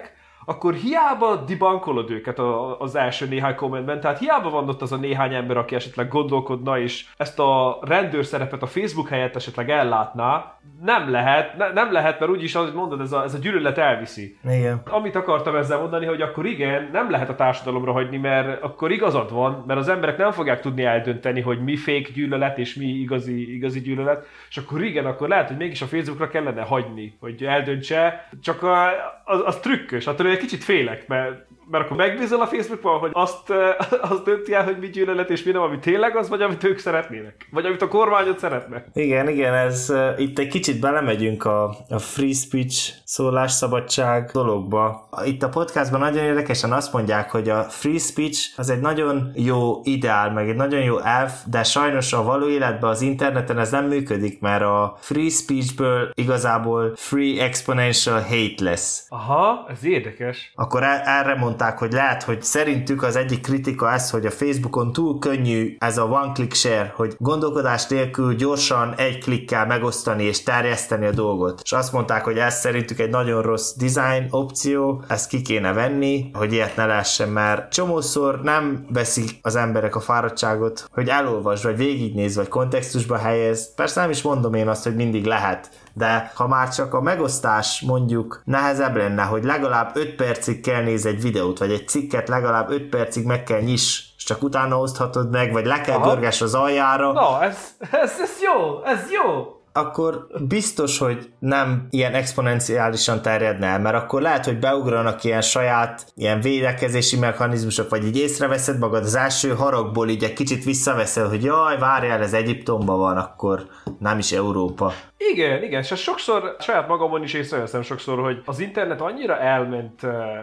akkor hiába dibankolod őket az első néhány kommentben, tehát hiába van ott az a néhány ember, aki esetleg gondolkodna, és ezt a rendőr szerepet a Facebook helyett esetleg ellátná, nem lehet, ne, nem lehet, mert úgyis, ahogy mondod, ez a, ez a gyűlölet elviszi. Igen. Amit akartam ezzel mondani, hogy akkor igen, nem lehet a társadalomra hagyni, mert akkor igazad van, mert az emberek nem fogják tudni eldönteni, hogy mi fake gyűlölet, és mi igazi, igazi gyűlölet, és akkor igen, akkor lehet, hogy mégis a Facebookra kellene hagyni, hogy eldöntse, csak a, az, az trükkös, attól egy kicsit félek, mert mert akkor megbízol a Facebookon, hogy azt, azt dönti el, hogy mi gyűlölet és mi nem, ami tényleg az, vagy amit ők szeretnének. Vagy amit a kormányot szeretne. Igen, igen, ez uh, itt egy kicsit belemegyünk a, a free speech, szólásszabadság dologba. Itt a podcastban nagyon érdekesen azt mondják, hogy a free speech az egy nagyon jó ideál, meg egy nagyon jó elv, de sajnos a való életben az interneten ez nem működik, mert a free speechből igazából free exponential hate lesz. Aha, ez érdekes. Akkor el, erre mond hogy lehet, hogy szerintük az egyik kritika ez, hogy a Facebookon túl könnyű ez a one click share, hogy gondolkodás nélkül gyorsan egy klikkel megosztani és terjeszteni a dolgot. És azt mondták, hogy ez szerintük egy nagyon rossz design opció, ezt ki kéne venni, hogy ilyet ne lehessen, mert csomószor nem veszik az emberek a fáradtságot, hogy elolvasd, vagy végignézd, vagy kontextusba helyez. Persze nem is mondom én azt, hogy mindig lehet, de ha már csak a megosztás mondjuk nehezebb lenne, hogy legalább öt percig kell nézni egy videót, vagy egy cikket legalább öt percig meg kell nyiss, és csak utána oszthatod meg, vagy le kell görgess az aljára. Na, ez, ez, ez jó, ez jó! Akkor biztos, hogy nem ilyen exponenciálisan terjedne el, mert akkor lehet, hogy beugranak ilyen saját ilyen védekezési mechanizmusok, vagy így észreveszed magad az első haragból, így egy kicsit visszaveszel, hogy jaj, várjál, ez Egyiptomban van, akkor nem is Európa. Igen, igen, és sokszor, saját magamon is észreveszem sokszor, hogy az internet annyira elment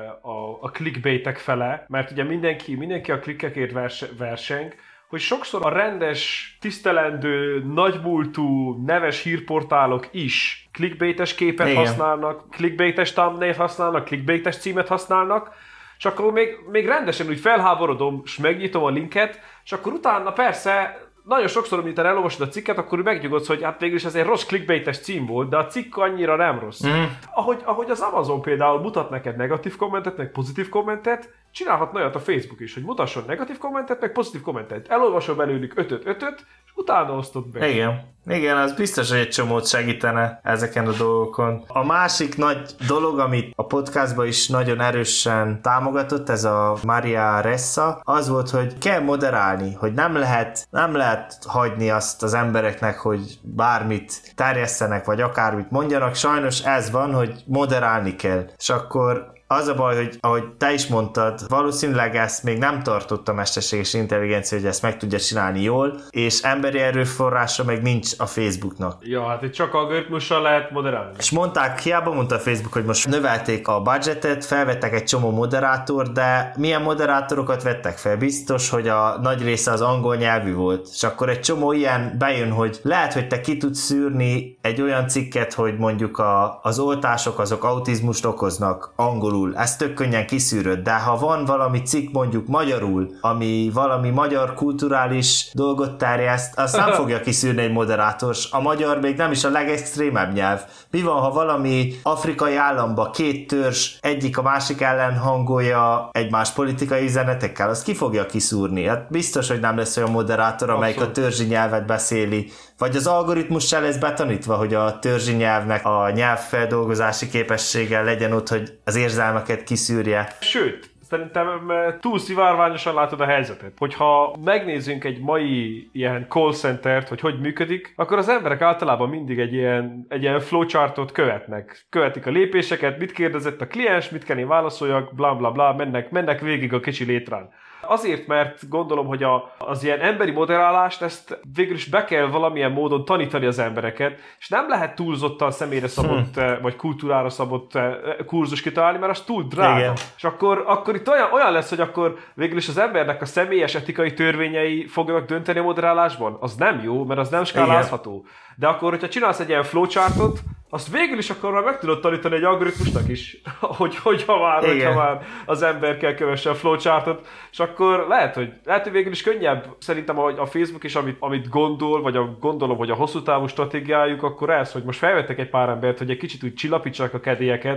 a, a clickbaitek fele, mert ugye mindenki, mindenki a klikkekért vers, verseng, hogy sokszor a rendes, tisztelendő, nagymúltú, neves hírportálok is clickbaites képet Igen. használnak, clickbaites thumbnail használnak, clickbaites címet használnak, és akkor még, még rendesen úgy felháborodom, és megnyitom a linket, és akkor utána persze nagyon sokszor, amikor elolvasod a cikket, akkor megnyugodsz, hogy hát végül is ez egy rossz clickbaites cím volt, de a cikk annyira nem rossz. Mm. Ahogy, ahogy az Amazon például mutat neked negatív kommentet, meg pozitív kommentet, csinálhatna olyat a Facebook is, hogy mutasson negatív kommentet, meg pozitív kommentet. Elolvasol belőlük ötöt ötöt, és utána osztod be. Igen. Igen, az biztos, hogy egy csomót segítene ezeken a dolgokon. A másik nagy dolog, amit a podcastban is nagyon erősen támogatott, ez a Maria Ressa, az volt, hogy kell moderálni, hogy nem lehet, nem lehet hagyni azt az embereknek, hogy bármit terjesszenek, vagy akármit mondjanak. Sajnos ez van, hogy moderálni kell. És akkor az a baj, hogy ahogy te is mondtad, valószínűleg ezt még nem tartott a mesterséges intelligencia, hogy ezt meg tudja csinálni jól, és emberi erőforrása meg nincs a Facebooknak. Ja, hát itt csak algoritmussal lehet moderálni. És mondták, hiába mondta a Facebook, hogy most növelték a budgetet, felvettek egy csomó moderátort, de milyen moderátorokat vettek fel? Biztos, hogy a nagy része az angol nyelvű volt. És akkor egy csomó ilyen bejön, hogy lehet, hogy te ki tudsz szűrni egy olyan cikket, hogy mondjuk a, az oltások azok autizmust okoznak angolul. Ezt tök könnyen kiszűröd, de ha van valami cikk mondjuk magyarul, ami valami magyar kulturális dolgot terjeszt, azt nem fogja kiszűrni egy moderátor. A magyar még nem is a legextrémebb nyelv. Mi van, ha valami afrikai államba két törzs egyik a másik ellen hangolja egymás politikai üzenetekkel, azt ki fogja kiszúrni? Hát biztos, hogy nem lesz olyan moderátor, amelyik Abszolút. a törzsi nyelvet beszéli. Vagy az algoritmus se lesz betanítva, hogy a törzsi nyelvnek a nyelvfeldolgozási képességgel legyen ott, hogy az érzelmeket kiszűrje. Sőt, szerintem túl szivárványosan látod a helyzetet. Hogyha megnézzünk egy mai ilyen call centert, hogy hogy működik, akkor az emberek általában mindig egy ilyen, egy ilyen flowchartot követnek. Követik a lépéseket, mit kérdezett a kliens, mit kell én válaszoljak, bla bla bla, mennek, mennek végig a kicsi létrán. Azért, mert gondolom, hogy a, az ilyen emberi moderálást, ezt végül is be kell valamilyen módon tanítani az embereket, és nem lehet túlzottan személyre szabott, hm. vagy kultúrára szabott kurzus kitalálni, mert az túl drága. Igen. És akkor, akkor itt olyan, olyan lesz, hogy akkor végül is az embernek a személyes etikai törvényei fognak dönteni a moderálásban. Az nem jó, mert az nem skálázható. Igen. De akkor, hogyha csinálsz egy ilyen flowchartot, azt végül is akkor már meg tudod tanítani egy algoritmusnak is, hogy hogyha már, hogyha már az ember kell kövesse a flowchartot, és akkor lehet, hogy, lehet, hogy végül is könnyebb, szerintem a Facebook is, amit, amit gondol, vagy a, gondolom, hogy a hosszú távú stratégiájuk, akkor ez, hogy most felvettek egy pár embert, hogy egy kicsit úgy csillapítsanak a kedélyeket,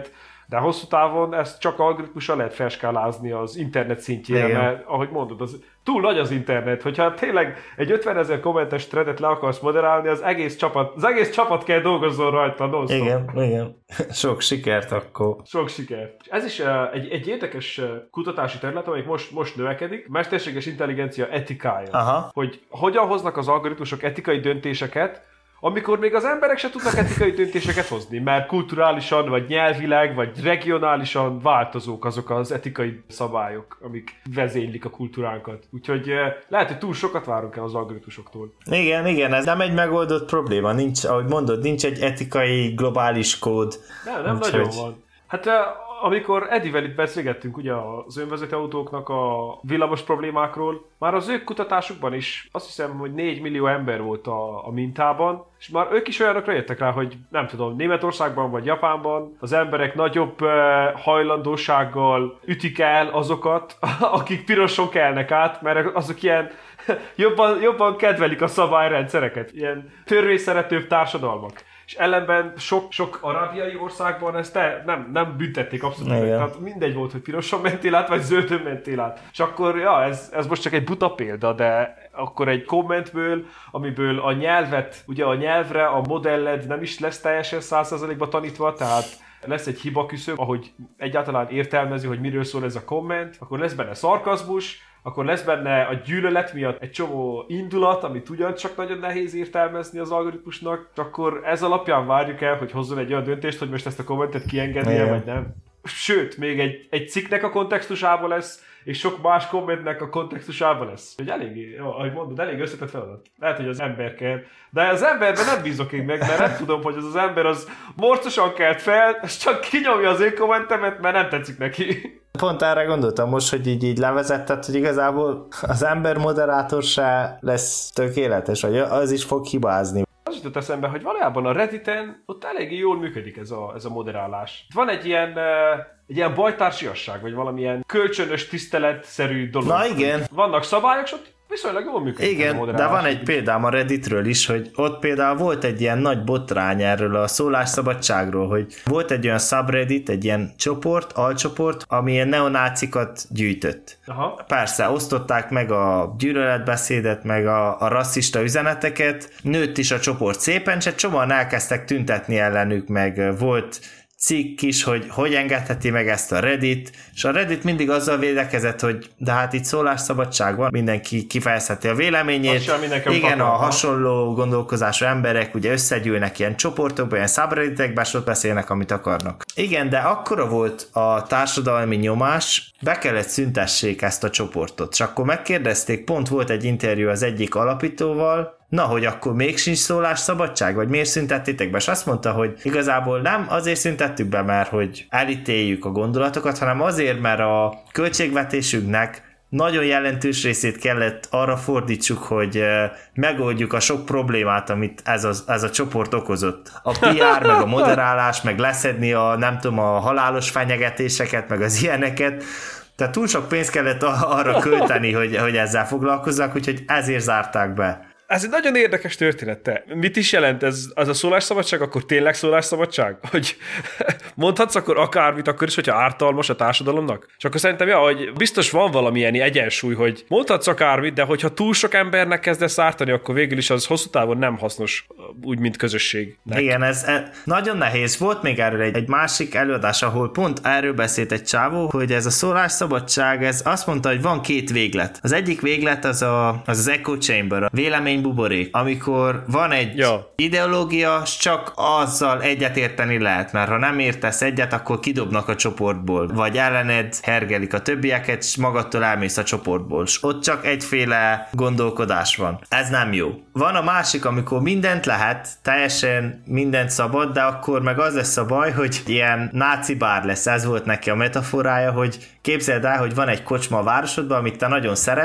De hosszú távon ezt csak algoritmussal lehet felskálázni az internet szintjére, igen. Mert ahogy mondod, az túl nagy az internet, hogyha tényleg egy ötvenezer kommentes threadet le akarsz moderálni, az egész csapat, az egész csapat kell dolgozzon rajta non-stop. Igen, igen. Sok sikert akkor. Sok sikert. Ez is uh, egy, egy érdekes uh, kutatási terület, amelyik most, most növekedik, mesterséges intelligencia etikája. Aha. Hogy hogyan hoznak az algoritmusok etikai döntéseket, amikor még az emberek se tudnak etikai döntéseket hozni, mert kulturálisan, vagy nyelvileg, vagy regionálisan változók azok az etikai szabályok, amik vezénylik a kultúránkat. Úgyhogy lehet, hogy túl sokat várunk el az algoritmusoktól. Igen, igen, ez nem egy megoldott probléma. Nincs, ahogy mondod, nincs egy etikai globális kód. Nem, nem Úgy, nagyon hogy... van. Hát amikor Edivel itt beszélgettünk ugye az önvezető autóknak a villamos problémákról, már az ők kutatásukban is azt hiszem, hogy négy millió ember volt a, a mintában, és már ők is olyanokra jöttek rá, hogy nem tudom, Németországban vagy Japánban az emberek nagyobb uh, hajlandósággal ütik el azokat, akik piroson kelnek át, mert azok ilyen jobban, jobban kedvelik a szabályrendszereket, ilyen törvényszeretőbb társadalmak. És ellenben sok, sok arábiai országban ezt te, nem, nem büntették abszolút. Tehát mindegy volt, hogy pirosan mentél át, vagy zöldön mentél át. És akkor, ja, ez, ez most csak egy buta példa, de akkor egy kommentből, amiből a nyelvet, ugye a nyelvre a modelled nem is lesz teljesen száz százalékba tanítva, tehát lesz egy hibaküszöb, ahogy egyáltalán értelmezi, hogy miről szól ez a komment, akkor lesz benne szarkazmus, akkor lesz benne a gyűlölet miatt egy csomó indulat, amit ugyancsak nagyon nehéz értelmezni az algoritmusnak, és akkor ez alapján várjuk el, hogy hozzon egy olyan döntést, hogy most ezt a kommentet kiengednie, vagy nem. Sőt, még egy, egy cikknek a kontextusában lesz, és sok más kommentnek a kontextusában lesz. Hogy elég, ahogy mondod, elég összetett feladat. Lehet, hogy az ember kell. De az emberben nem bízok én meg, mert nem tudom, hogy az az ember az morcosan kelt fel, és csak kinyomja az én kommentemet, mert nem tetszik neki. Pont erre gondoltam most, hogy így, így levezetted, hogy igazából az ember moderátor se lesz tökéletes, vagy az is fog hibázni. Az jutott eszembe, hogy valójában a Redditen ott eléggé jól működik ez a, ez a moderálás. Van egy ilyen, uh, egy ilyen bajtársiasság, vagy valamilyen kölcsönös tiszteletszerű dolog. Na igen. Vannak szabályok, és ott viszonylag jól működik. Igen, de van egy példám a Redditről is, hogy ott például volt egy ilyen nagy botrány erről a szólásszabadságról, hogy volt egy olyan subreddit, egy ilyen csoport, alcsoport, ami ilyen neonácikat gyűjtött. Aha. Persze, osztották meg a gyűlöletbeszédet, meg a, a rasszista üzeneteket, nőtt is a csoport szépen, csak csomóan elkezdtek tüntetni ellenük, meg volt cikk is, hogy hogy engedheti meg ezt a Reddit, és a Reddit mindig azzal védekezett, hogy de hát itt szólásszabadság van, mindenki kifejezheti a véleményét. Igen, a hasonló gondolkozású emberek ugye összegyűlnek ilyen csoportokba, ilyen subredditekbe, és ott beszélnek, amit akarnak. Igen, de akkora volt a társadalmi nyomás, be kellett szüntessék ezt a csoportot, és akkor megkérdezték, pont volt egy interjú az egyik alapítóval, na, hogy akkor még sincs szólásszabadság, vagy miért szüntettétek be? És azt mondta, hogy igazából nem azért szüntettük be, mert hogy elítéljük a gondolatokat, hanem azért, mert a költségvetésünknek nagyon jelentős részét kellett arra fordítsuk, hogy megoldjuk a sok problémát, amit ez a, ez a csoport okozott. A pé er, meg a moderálás, meg leszedni a, nem tudom, a halálos fenyegetéseket, meg az ilyeneket. Tehát túl sok pénzt kellett arra költeni, hogy, hogy ezzel foglalkozzak, úgyhogy ezért zárták be. Ez egy nagyon érdekes történet, te. Mit is jelent ez? Az a szólásszabadság, akkor tényleg szólásszabadság? Hogy mondhatsz akkor akármit, akkor is, hogyha ártalmas a társadalomnak? És akkor szerintem, ja, hogy biztos van valamilyen egyensúly, hogy mondhatsz akármit, de hogyha túl sok embernek kezdesz ártani, akkor végül is az hosszú távon nem hasznos, úgy, mint közösségnek. Igen, ez, ez nagyon nehéz. Volt még erről egy, egy másik előadás, ahol pont erről beszélt egy csávó, hogy ez a szólásszabadság, ez azt mondta, hogy van két véglet. Az egyik véglet az a, az, az echo chamber, a vélemény buborék, amikor van egy ja. ideológia, csak azzal egyetérteni lehet, mert ha nem értesz egyet, akkor kidobnak a csoportból, vagy ellened hergelik a többieket, és magadtól elmész a csoportból, és ott csak egyféle gondolkodás van. Ez nem jó. Van a másik, amikor mindent lehet, teljesen mindent szabad, de akkor meg az lesz a baj, hogy ilyen náci bár lesz. Ez volt neki a metaforája, hogy képzeld el, hogy van egy kocsma a városodban, amit te nagyon szeretsz,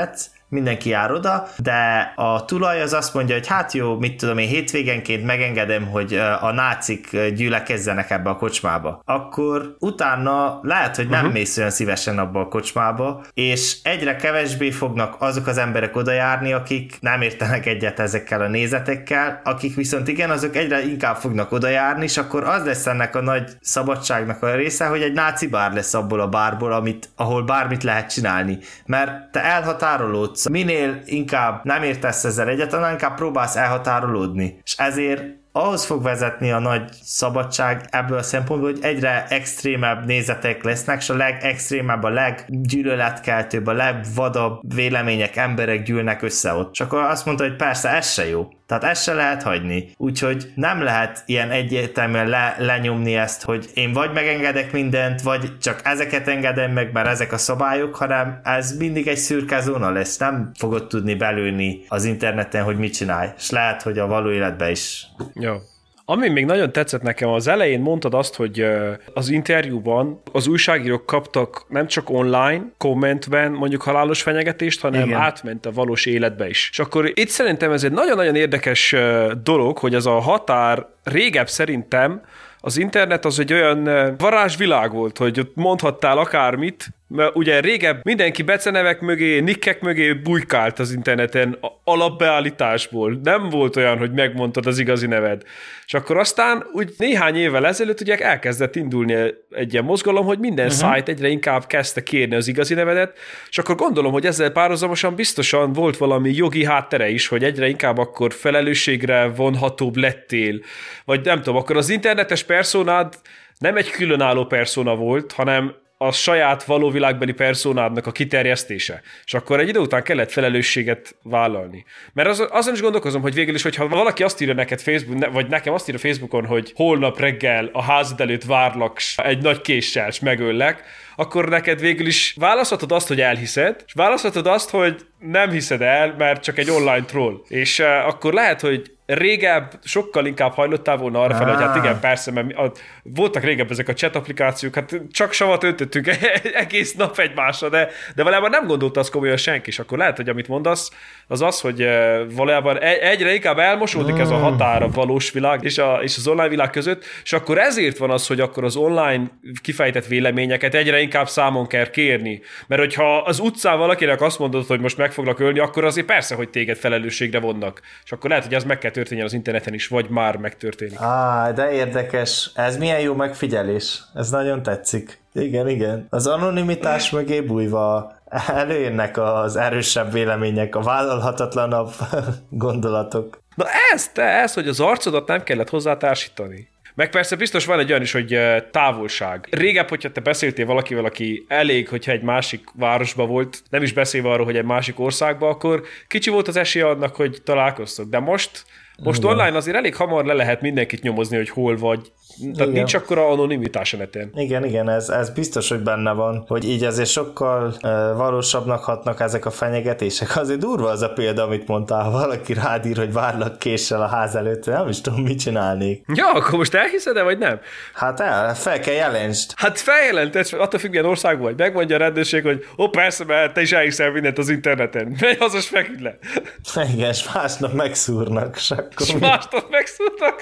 mindenki jár oda, de a tulaj az azt mondja, hogy hát jó, mit tudom én, hétvégenként megengedem, hogy a nácik gyülekezzenek ebbe a kocsmába. Akkor utána lehet, hogy nem uh-huh. mész olyan szívesen abba a kocsmába, és egyre kevésbé fognak azok az emberek oda járni, akik nem értenek egyet ezekkel a nézetekkel, akik viszont igen, azok egyre inkább fognak oda járni, és akkor az lesz ennek a nagy szabadságnak a része, hogy egy náci bár lesz abból a bárból, amit, ahol bármit lehet csinálni. Mert te elhatárolódsz, minél inkább nem értesz ezzel egyet, annál inkább próbálsz elhatárolódni. És ezért ahhoz fog vezetni a nagy szabadság ebből a szempontból, hogy egyre extrémebb nézetek lesznek, és a legextrémebb, a leggyűlöletkeltőbb, a legvadabb vélemények, emberek gyűlnek össze ott. És akkor azt mondta, hogy persze, ez se jó. Tehát ezt se lehet hagyni. Úgyhogy nem lehet ilyen egyértelműen le, lenyomni ezt, hogy én vagy megengedek mindent, vagy csak ezeket engedem meg, mert ezek a szabályok, hanem ez mindig egy szürke zóna lesz. Nem fogod tudni belőni az interneten, hogy mit csinálj. És lehet, hogy a való életben is. Jó. Ami még nagyon tetszett nekem, az elején mondtad azt, hogy az interjúban az újságírók kaptak nem csak online, kommentben mondjuk halálos fenyegetést, hanem igen, átment a valós életbe is. És akkor itt szerintem ez egy nagyon-nagyon érdekes dolog, hogy ez a határ régebb szerintem az internet az egy olyan varázsvilág volt, hogy ott mondhattál akármit, mert ugye régebb mindenki becenevek mögé, nikkek mögé bujkált az interneten alapbeállításból. Nem volt olyan, hogy megmondtad az igazi neved. És akkor aztán úgy néhány évvel ezelőtt ugye elkezdett indulni egy ilyen mozgalom, hogy minden uh-huh. szájt egyre inkább kezdte kérni az igazi nevedet, és akkor gondolom, hogy ezzel párhuzamosan biztosan volt valami jogi háttere is, hogy egyre inkább akkor felelősségre vonhatóbb lettél. Vagy nem tudom, akkor az internetes personád nem egy különálló persona volt, hanem a saját való világbeli personádnak a kiterjesztése. És akkor egy idő után kellett felelősséget vállalni. Mert az, azon is gondolkozom, hogy végül is, hogyha valaki azt írja neked Facebook, vagy nekem azt írja Facebookon, hogy holnap reggel a házad előtt várlak egy nagy késsel, és megöllek, akkor neked végül is választhatod azt, hogy elhiszed, és választhatod azt, hogy nem hiszed el, mert csak egy online troll. És uh, akkor lehet, hogy régebb sokkal inkább hajlottál volna arra fel, hogy hát igen, persze, mert a, voltak régebb ezek a chat applikációk, hát csak savat öntöttünk egész nap egymásra, de, de valójában nem gondolta azt komolyan senki, és akkor lehet, hogy amit mondasz, az az, hogy valójában egyre inkább elmosódik ez a határ a valós világ és, a, és az online világ között, és akkor ezért van az, hogy akkor az online kifejtett véleményeket egyre inkább számon kell kérni. Mert hogyha az utcán valakinek azt mondod, hogy most meg foglak ölni, akkor azért persze, hogy téged felelősségre vonnak. És akkor lehet, hogy ez meg kell történjen az interneten is, vagy már megtörténik. Á, de érdekes. Ez milyen jó megfigyelés. Ez nagyon tetszik. Igen, igen. Az anonimitás mögé bújva előjönnek az erősebb vélemények, a vállalhatatlanabb gondolatok. Na ez, te, ez, hogy az arcodat nem kellett hozzátársítani. Meg persze biztos van egy olyan is, hogy távolság. Régebb, hogyha te beszéltél valakivel, aki elég, hogyha egy másik városba volt, nem is beszélve arról, hogy egy másik országba, akkor kicsi volt az esélye annak, hogy találkoztok. De most, most igen, online azért elég hamar le lehet mindenkit nyomozni, hogy hol vagy. Tehát igen, nincs akkora anonimitás a neten. Igen, igen, ez, ez biztos, hogy benne van, hogy így azért sokkal uh, valósabbnak hatnak ezek a fenyegetések. Azért durva az a példa, amit mondtál, ha valaki rád ír, hogy várlak késsel a ház előtt, nem is tudom, mit csinálnék. Ja, akkor most elhiszed-e, vagy nem? Hát el, fel kell jelentsd. Hát feljelented, attól függ, milyen ország vagy. Megmondja a rendőrség, hogy ó, persze, mert te is elhiszel mindent az interneten. Menj haza, s feküdj le. Igen, és másnap megszúrnak. És másnap megszúrnak.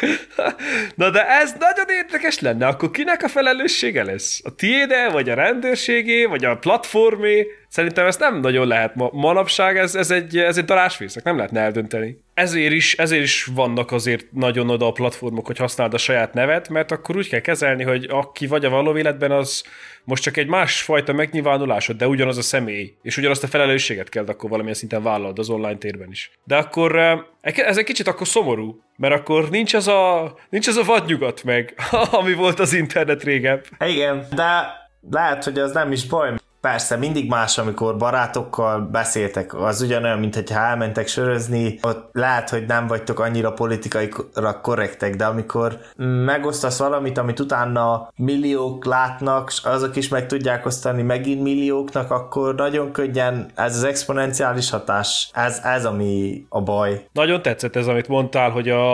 Na de ez nagyon érdekes lenne, akkor kinek a felelőssége lesz? A tiéde, vagy a rendőrségé, vagy a platformé? Szerintem ezt nem nagyon lehet ma. Manapság ez, ez egy, ez egy darásfészek, nem lehetne eldönteni. Ezért is, ezért is vannak azért nagyon oda a platformok, hogy használd a saját nevet, mert akkor úgy kell kezelni, hogy aki vagy a való életben, az most csak egy másfajta megnyilvánulásod, de ugyanaz a személy, és ugyanazt a felelősséget kell akkor valamilyen szinten vállalod az online térben is. De akkor ez egy kicsit akkor szomorú, mert akkor nincs az a, nincs az a vadnyugat meg, ami volt az internet régebb. Igen, de lehet, hogy az nem is baj. Persze, mindig más, amikor barátokkal beszéltek, az ugyanolyan, mint hogyha elmentek sörözni, ott lehet, hogy nem vagytok annyira politikaira korrektek, de amikor megosztasz valamit, amit utána milliók látnak, és azok is meg tudják osztani megint millióknak, akkor nagyon könnyen ez az exponenciális hatás, ez, ez ami a baj. Nagyon tetszett ez, amit mondtál, hogy a a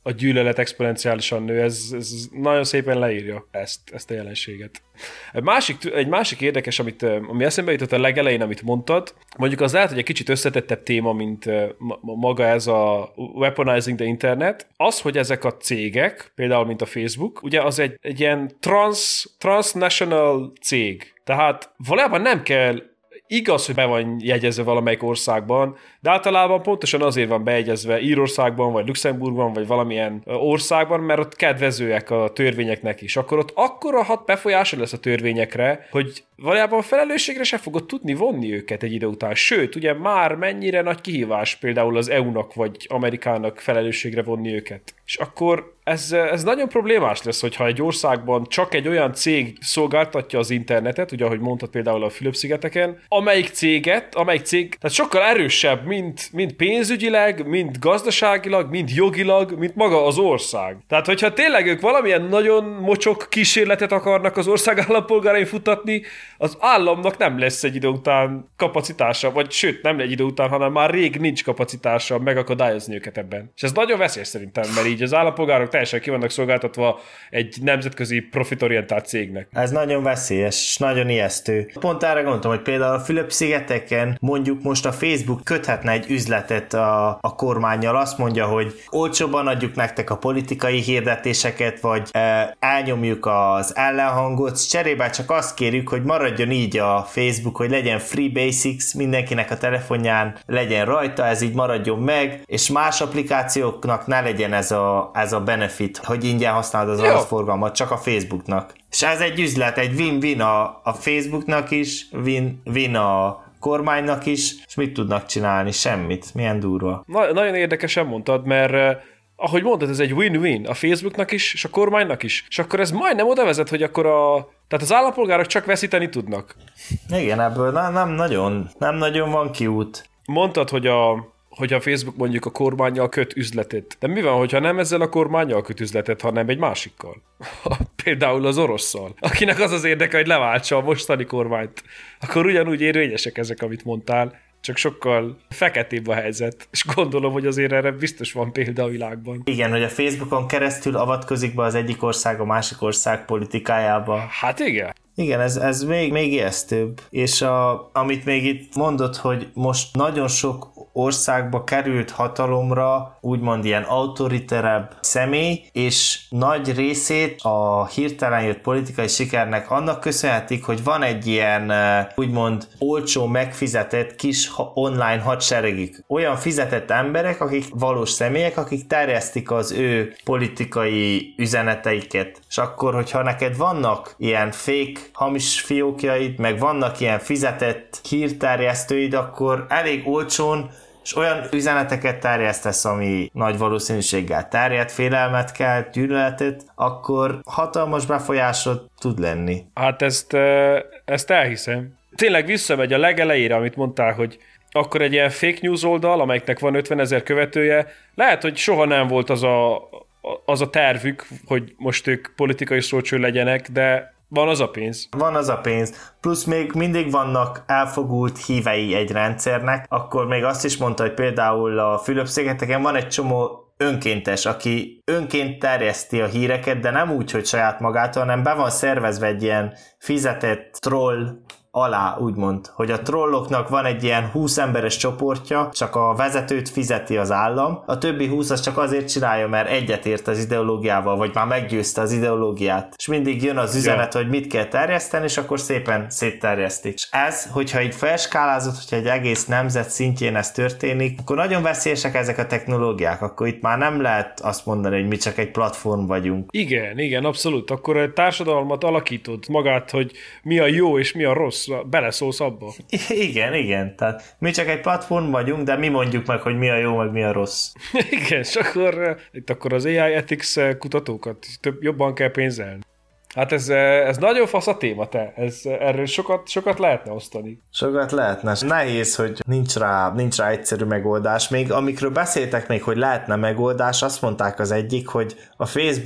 a gyűlölet exponenciálisan nő. Ez, ez nagyon szépen leírja ezt, ezt a jelenséget. Egy másik, egy másik érdekes, amit, ami eszembe jutott a legelején, amit mondtad, mondjuk az lehet, hogy egy kicsit összetettebb téma, mint maga ez a weaponizing the internet. Az, hogy ezek a cégek, például mint a Facebook, ugye az egy, egy ilyen trans, transnational cég. Tehát valójában nem kell, igaz, hogy be van jegyezve valamelyik országban, de általában pontosan azért van bejegyezve Írországban, vagy Luxemburgban, vagy valamilyen országban, mert ott kedvezőek a törvényeknek is. Akkor ott akkora hat befolyása lesz a törvényekre, hogy valójában a felelősségre se fogod tudni vonni őket egy idő után. Sőt, ugye már mennyire nagy kihívás például az é u-nak, vagy Amerikának felelősségre vonni őket. És akkor ez, ez nagyon problémás lesz, hogyha egy országban csak egy olyan cég szolgáltatja az internetet, ugye ahogy mondtad például a Fülöp-szigeteken, amelyik céget, amelyik cég, tehát sokkal erősebb, mint, mint pénzügyileg, mint gazdaságilag, mint jogilag, mint maga az ország. Tehát, hogyha tényleg ők valamilyen nagyon mocsok kísérletet akarnak az ország állampolgárain futtatni, az államnak nem lesz egy idő után kapacitása, vagy sőt, nem egy idő után, hanem már rég nincs kapacitása megakadályozni őket ebben. És ez nagyon veszélyes szerintem, mert így az állampolgárok teljesen ki vannak szolgáltatva egy nemzetközi profitorientált cégnek. Ez nagyon veszélyes, és nagyon ijesztő. Pont erre gondoltam, hogy például a Fülöp-szigeteken mondjuk most a Facebook köthetne egy üzletet a, a kormánnyal, azt mondja, hogy olcsóban adjuk nektek a politikai hirdetéseket, vagy e, elnyomjuk az ellenhangot, cserébe csak azt kérjük, hogy maradjon így a Facebook, hogy legyen free basics, mindenkinek a telefonján legyen rajta, ez így maradjon meg, és más applikációknak ne legyen ez a, ez a benefit, hogy ingyen használod az adatforgalmat, csak a Facebooknak. És ez egy üzlet, egy win-win a, a Facebooknak is, win-win a kormánynak is, és mit tudnak csinálni? Semmit. Milyen durva. Na, nagyon érdekesen mondtad, mert eh, ahogy mondtad, ez egy win-win a Facebooknak is, és a kormánynak is. És akkor ez majdnem oda vezet, hogy akkor a... Tehát az állampolgárok csak veszíteni tudnak. Igen, ebből nem, nem, nagyon, nem nagyon van kiút. Mondtad, hogy a... hogy a Facebook mondjuk a kormánnyal köt üzletet. De mi van, hogyha nem ezzel a kormánnyal köt üzletet, hanem egy másikkal? Például az orosszal, akinek az az érdeke, hogy leváltsa a mostani kormányt. Akkor ugyanúgy érvényesek ezek, amit mondtál, csak sokkal feketébb a helyzet. És gondolom, hogy azért erre biztos van példa a világban. Igen, hogy a Facebookon keresztül avatkozik be az egyik ország a másik ország politikájába. Hát igen. Igen, ez, ez még, még ijesztőbb. És a, amit még itt mondott, hogy most nagyon sok országba került hatalomra úgymond ilyen autoriterebb személy, és nagy részét a hirtelen jött politikai sikernek annak köszönhetik, hogy van egy ilyen úgymond olcsó megfizetett kis online hadseregük. Olyan fizetett emberek, akik valós személyek, akik terjesztik az ő politikai üzeneteiket. És akkor, hogyha neked vannak ilyen fake hamis fiókjaid, meg vannak ilyen fizetett hírterjesztőid, akkor elég olcsón és olyan üzeneteket terjesztesz, ami nagy valószínűséggel terjed, félelmet kell, gyűlöletet, akkor hatalmas befolyásod tud lenni. Hát ezt, ezt elhiszem. Tényleg visszamegy a legelejére, amit mondtál, hogy akkor egy ilyen fake news oldal, amelyiknek van ötvenezer követője, lehet, hogy soha nem volt az a, az a tervük, hogy most ők politikai szócső legyenek, de van az a pénz. Van az a pénz. Plusz még mindig vannak elfogult hívei egy rendszernek, akkor még azt is mondta, hogy például a Fülöp-szigeteken van egy csomó önkéntes, aki önként terjeszti a híreket, de nem úgy, hogy saját magától, hanem be van szervezve egy ilyen fizetett troll alá, úgymond, hogy a trolloknak van egy ilyen húsz emberes csoportja, csak a vezetőt fizeti az állam, a többi húsz az csak azért csinálja, mert egyetért az ideológiával, vagy már meggyőzte az ideológiát, és mindig jön az üzenet, ja. hogy mit kell terjeszteni, és akkor szépen szétterjesztik. És ez, hogyha így felskálázott, hogyha egy egész nemzet szintjén ez történik, akkor nagyon veszélyesek ezek a technológiák, akkor itt már nem lehet azt mondani, hogy mi csak egy platform vagyunk. Igen, igen, abszolút. Akkor egy társadalmat alakítod magát, hogy mi a jó és mi a rossz, beleszólsz abba. Igen, igen. Tehát mi csak egy platform vagyunk, de mi mondjuk meg, hogy mi a jó, meg mi a rossz. Igen, és akkor itt akkor az á i ethics kutatókat több, jobban kell pénzelni. Hát ez, ez nagyon fasz a téma, te. Ez, erről sokat, sokat lehetne osztani. Sokat lehetne. Nehéz, hogy nincs rá, nincs rá egyszerű megoldás. Még amikről beszéltek még, hogy lehetne megoldás, azt mondták az egyik, hogy a Facebook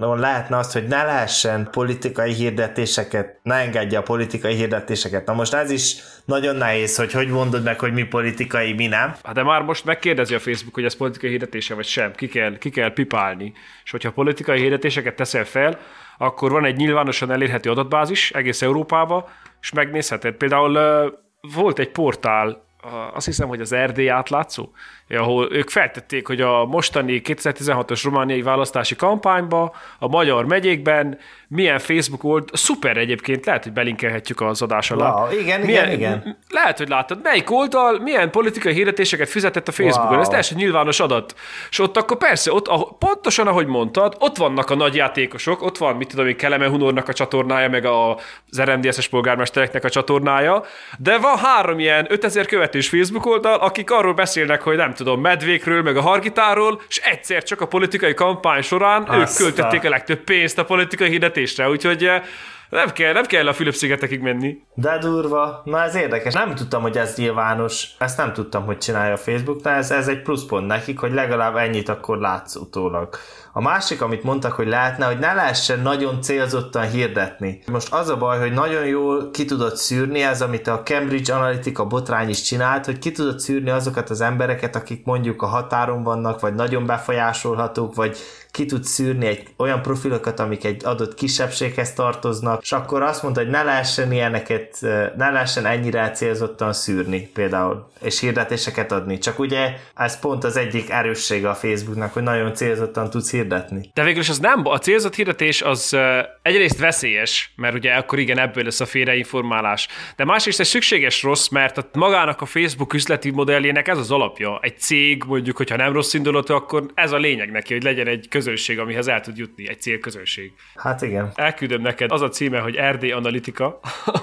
lehetne az, hogy ne lehessen politikai hirdetéseket, ne engedje a politikai hirdetéseket. Na most ez is nagyon nehéz, hogy hogy mondod meg, hogy mi politikai, mi nem. Hát de már most megkérdezi a Facebook, hogy ez politikai hirdetése vagy sem. Ki kell, ki kell pipálni. És hogyha politikai hirdetéseket teszel fel, akkor van egy nyilvánosan elérhető adatbázis egész Európába, és megnézheted. Például uh, volt egy portál, uh, azt hiszem, hogy az er dé átlátszó, ahol ők feltették, hogy a mostani kétezer-tizenhatos romániai választási kampányban a magyar megyékben milyen Facebook old, szuper egyébként, lehet, hogy belinkelhetjük az adás alá. Wow, igen, milyen, igen, igen. Lehet, hogy láttad, melyik oldal, milyen politikai hirdetéseket fizetett a Facebookon, wow. Ez teljesen nyilvános adat. És ott akkor persze, ott, ahol, pontosan ahogy mondtad, ott vannak a nagy játékosok, ott van, mit tudom én, Keleme Hunornak a csatornája, meg az er em dé es-es polgármestereknek a csatornája, de van három ilyen ötezer követős Facebook oldal, akik arról beszélnek, hogy nem tudom, medvékről, meg a Hargitáról, és egyszer csak a politikai kampány során Azta. ők költötték a legtöbb pénzt a politikai hirdetésre, úgyhogy nem kell, nem kell a Fülöp-szigetekig menni. De durva. Na ez érdekes. Nem tudtam, hogy ez nyilvános. Ezt nem tudtam, hogy csinálja a Facebook, de ez, ez egy pluszpont nekik, hogy legalább ennyit akkor látsz utólag. A másik, amit mondtak, hogy lehetne, hogy ne lehessen nagyon célzottan hirdetni. Most az a baj, hogy nagyon jól ki tudod szűrni, ez amit a Cambridge Analytica botrány is csinált, hogy ki tudod szűrni azokat az embereket, akik mondjuk a határon vannak, vagy nagyon befolyásolhatók, vagy ki tud szűrni egy olyan profilokat, amik egy adott kisebbséghez tartoznak, és akkor azt mondta, hogy ne lehessen ilyeneket, ne lehessen ennyire célzottan szűrni például, és hirdetéseket adni. Csak ugye ez pont az egyik erőssége a Facebooknak, hogy nagyon célzottan tudsz hirdetni. De végülis az nem, a célzott hirdetés az egyrészt veszélyes, mert ugye akkor igen, ebből lesz a félreinformálás. De másrészt egy szükséges rossz, mert a magának a Facebook üzleti modelljének ez az alapja. Egy cég, mondjuk, hogyha nem rossz indulatú, akkor ez a lényeg neki, hogy legyen egy közönség, amihez el tud jutni, egy célközönség. Hát igen. Elküldöm neked, az a címe, hogy er dé Analytica,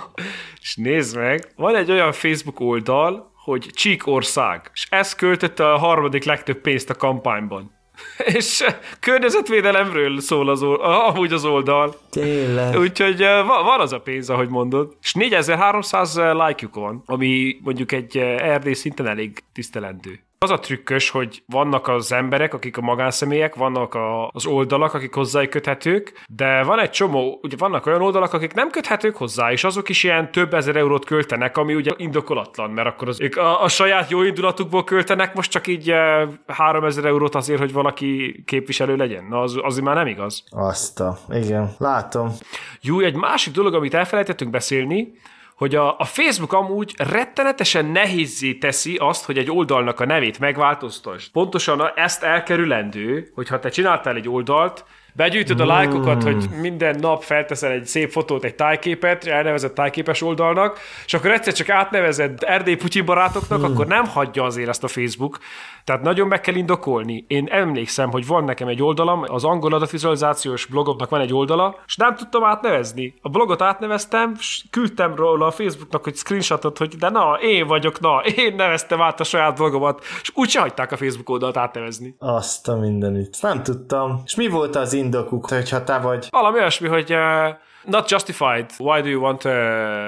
és nézd meg, van egy olyan Facebook oldal, hogy Csíkország, és ez költötte a harmadik legtöbb pénzt a kampányban. És környezetvédelemről szól az oldal, amúgy az oldal. Tényleg. Úgyhogy van az a pénz, ahogy mondod. És négyezer-háromszáz like-juk van, ami mondjuk egy er dé szinten elég tisztelendő. Az a trükkös, hogy vannak az emberek, akik a magánszemélyek, vannak a, az oldalak, akik hozzájuk köthetők, de van egy csomó, ugye vannak olyan oldalak, akik nem köthetők hozzá, és azok is ilyen több ezer eurót költenek, ami ugye indokolatlan, mert akkor az, ők a, a saját jó indulatukból költenek most csak így e, háromezer eurót azért, hogy valaki képviselő legyen. Na, az, az már nem igaz. Azt a, igen, látom. Jó, egy másik dolog, amit elfelejtettünk beszélni, hogy a, a Facebook amúgy rettenetesen nehézzé teszi azt, hogy egy oldalnak a nevét megváltoztasd. Pontosan ezt elkerülendő, hogyha te csináltál egy oldalt, begyűjtöd a lájkokat, hogy minden nap felteszel egy szép fotót, egy tájképet, elnevezett tájképes oldalnak, és akkor egyszer csak átnevezed erdély putyi barátoknak, akkor nem hagyja azért ezt a Facebook. Tehát nagyon meg kell indokolni. Én emlékszem, hogy van nekem egy oldalam, az angol adatvizualizációs blogoknak van egy oldala, és nem tudtam átnevezni. A blogot átneveztem, és küldtem róla a Facebooknak, hogy screenshotot, hogy de na, én vagyok, na, én neveztem át a saját blogomat, és úgy se hagyták a Facebook oldalt átnevezni. Azt a mindenit. Ezt nem tudtam. És mi volt az indokuk, hogyha te vagy? Valami olyasmi, hogy uh, not justified. Why do you want uh,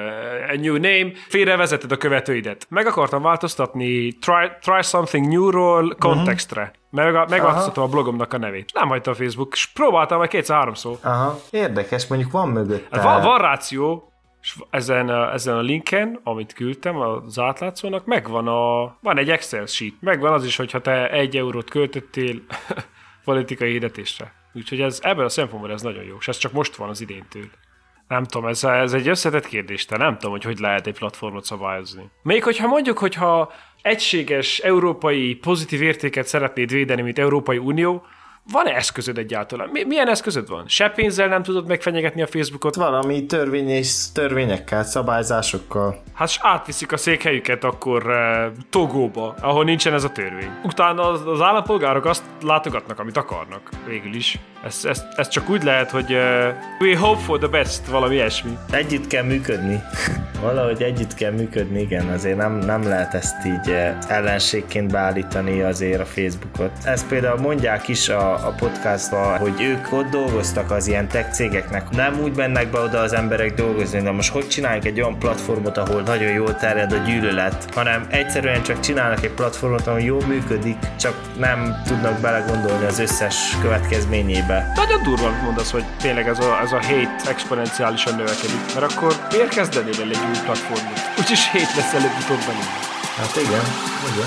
a new name? Félrevezeted a követőidet. Meg akartam változtatni try, try something new-ról kontextre. Uh-huh. Meg, megváltoztatom a blogomnak a nevét. Nem hagyta a Facebook, és próbáltam majd kétszer-háromszor. Aha, érdekes, mondjuk van mögötte. Van, van ráció, és ezen a, ezen a linken, amit küldtem az átlátszónak, megvan a, van egy Excel sheet. Megvan az is, hogyha te egy eurót költöttél politikai hirdetésre. Úgyhogy ez, ebben a szempontból ez nagyon jó, és ez csak most van az idéntől. Nem tudom, ez, ez egy összetett kérdés, de nem tudom, hogy hogy lehet egy platformot szabályozni. Még hogyha mondjuk, hogyha egységes európai pozitív értéket szeretnéd védeni, mint Európai Unió, van-e eszközöd egyáltalán? Milyen eszközöd van? Se pénzzel nem tudod megfenyegetni a Facebookot? Valami törvény és törvényekkel, szabályzásokkal. Hát s átviszik a székhelyüket akkor uh, Togóba, ahol nincsen ez a törvény. Utána az, az állampolgárok azt látogatnak, amit akarnak. Végül is. Ez, ez, ez csak úgy lehet, hogy uh, we hope for the best, valami ilyesmi. Együtt kell működni. Valahogy együtt kell működni, igen, azért nem, nem lehet ezt így ellenségként beállítani azért a Facebookot. Ezt például mondják is a, a podcastban, hogy ők ott dolgoztak az ilyen tech cégeknek. Nem úgy mennek be oda az emberek dolgozni, de most hogy csinálják egy olyan platformot, ahol nagyon jól terjed a gyűlölet, hanem egyszerűen csak csinálnak egy platformot, ahol jól működik, csak nem tudnak belegondolni az összes következményébe. Nagyon durva, amit mondasz, hogy tényleg ez a, ez a hate exponenciálisan növekedik, mert akkor miért kezdenél el egy új platformot? Úgyis hate lesz előbb-utóbb belőle. Hát igen, igen.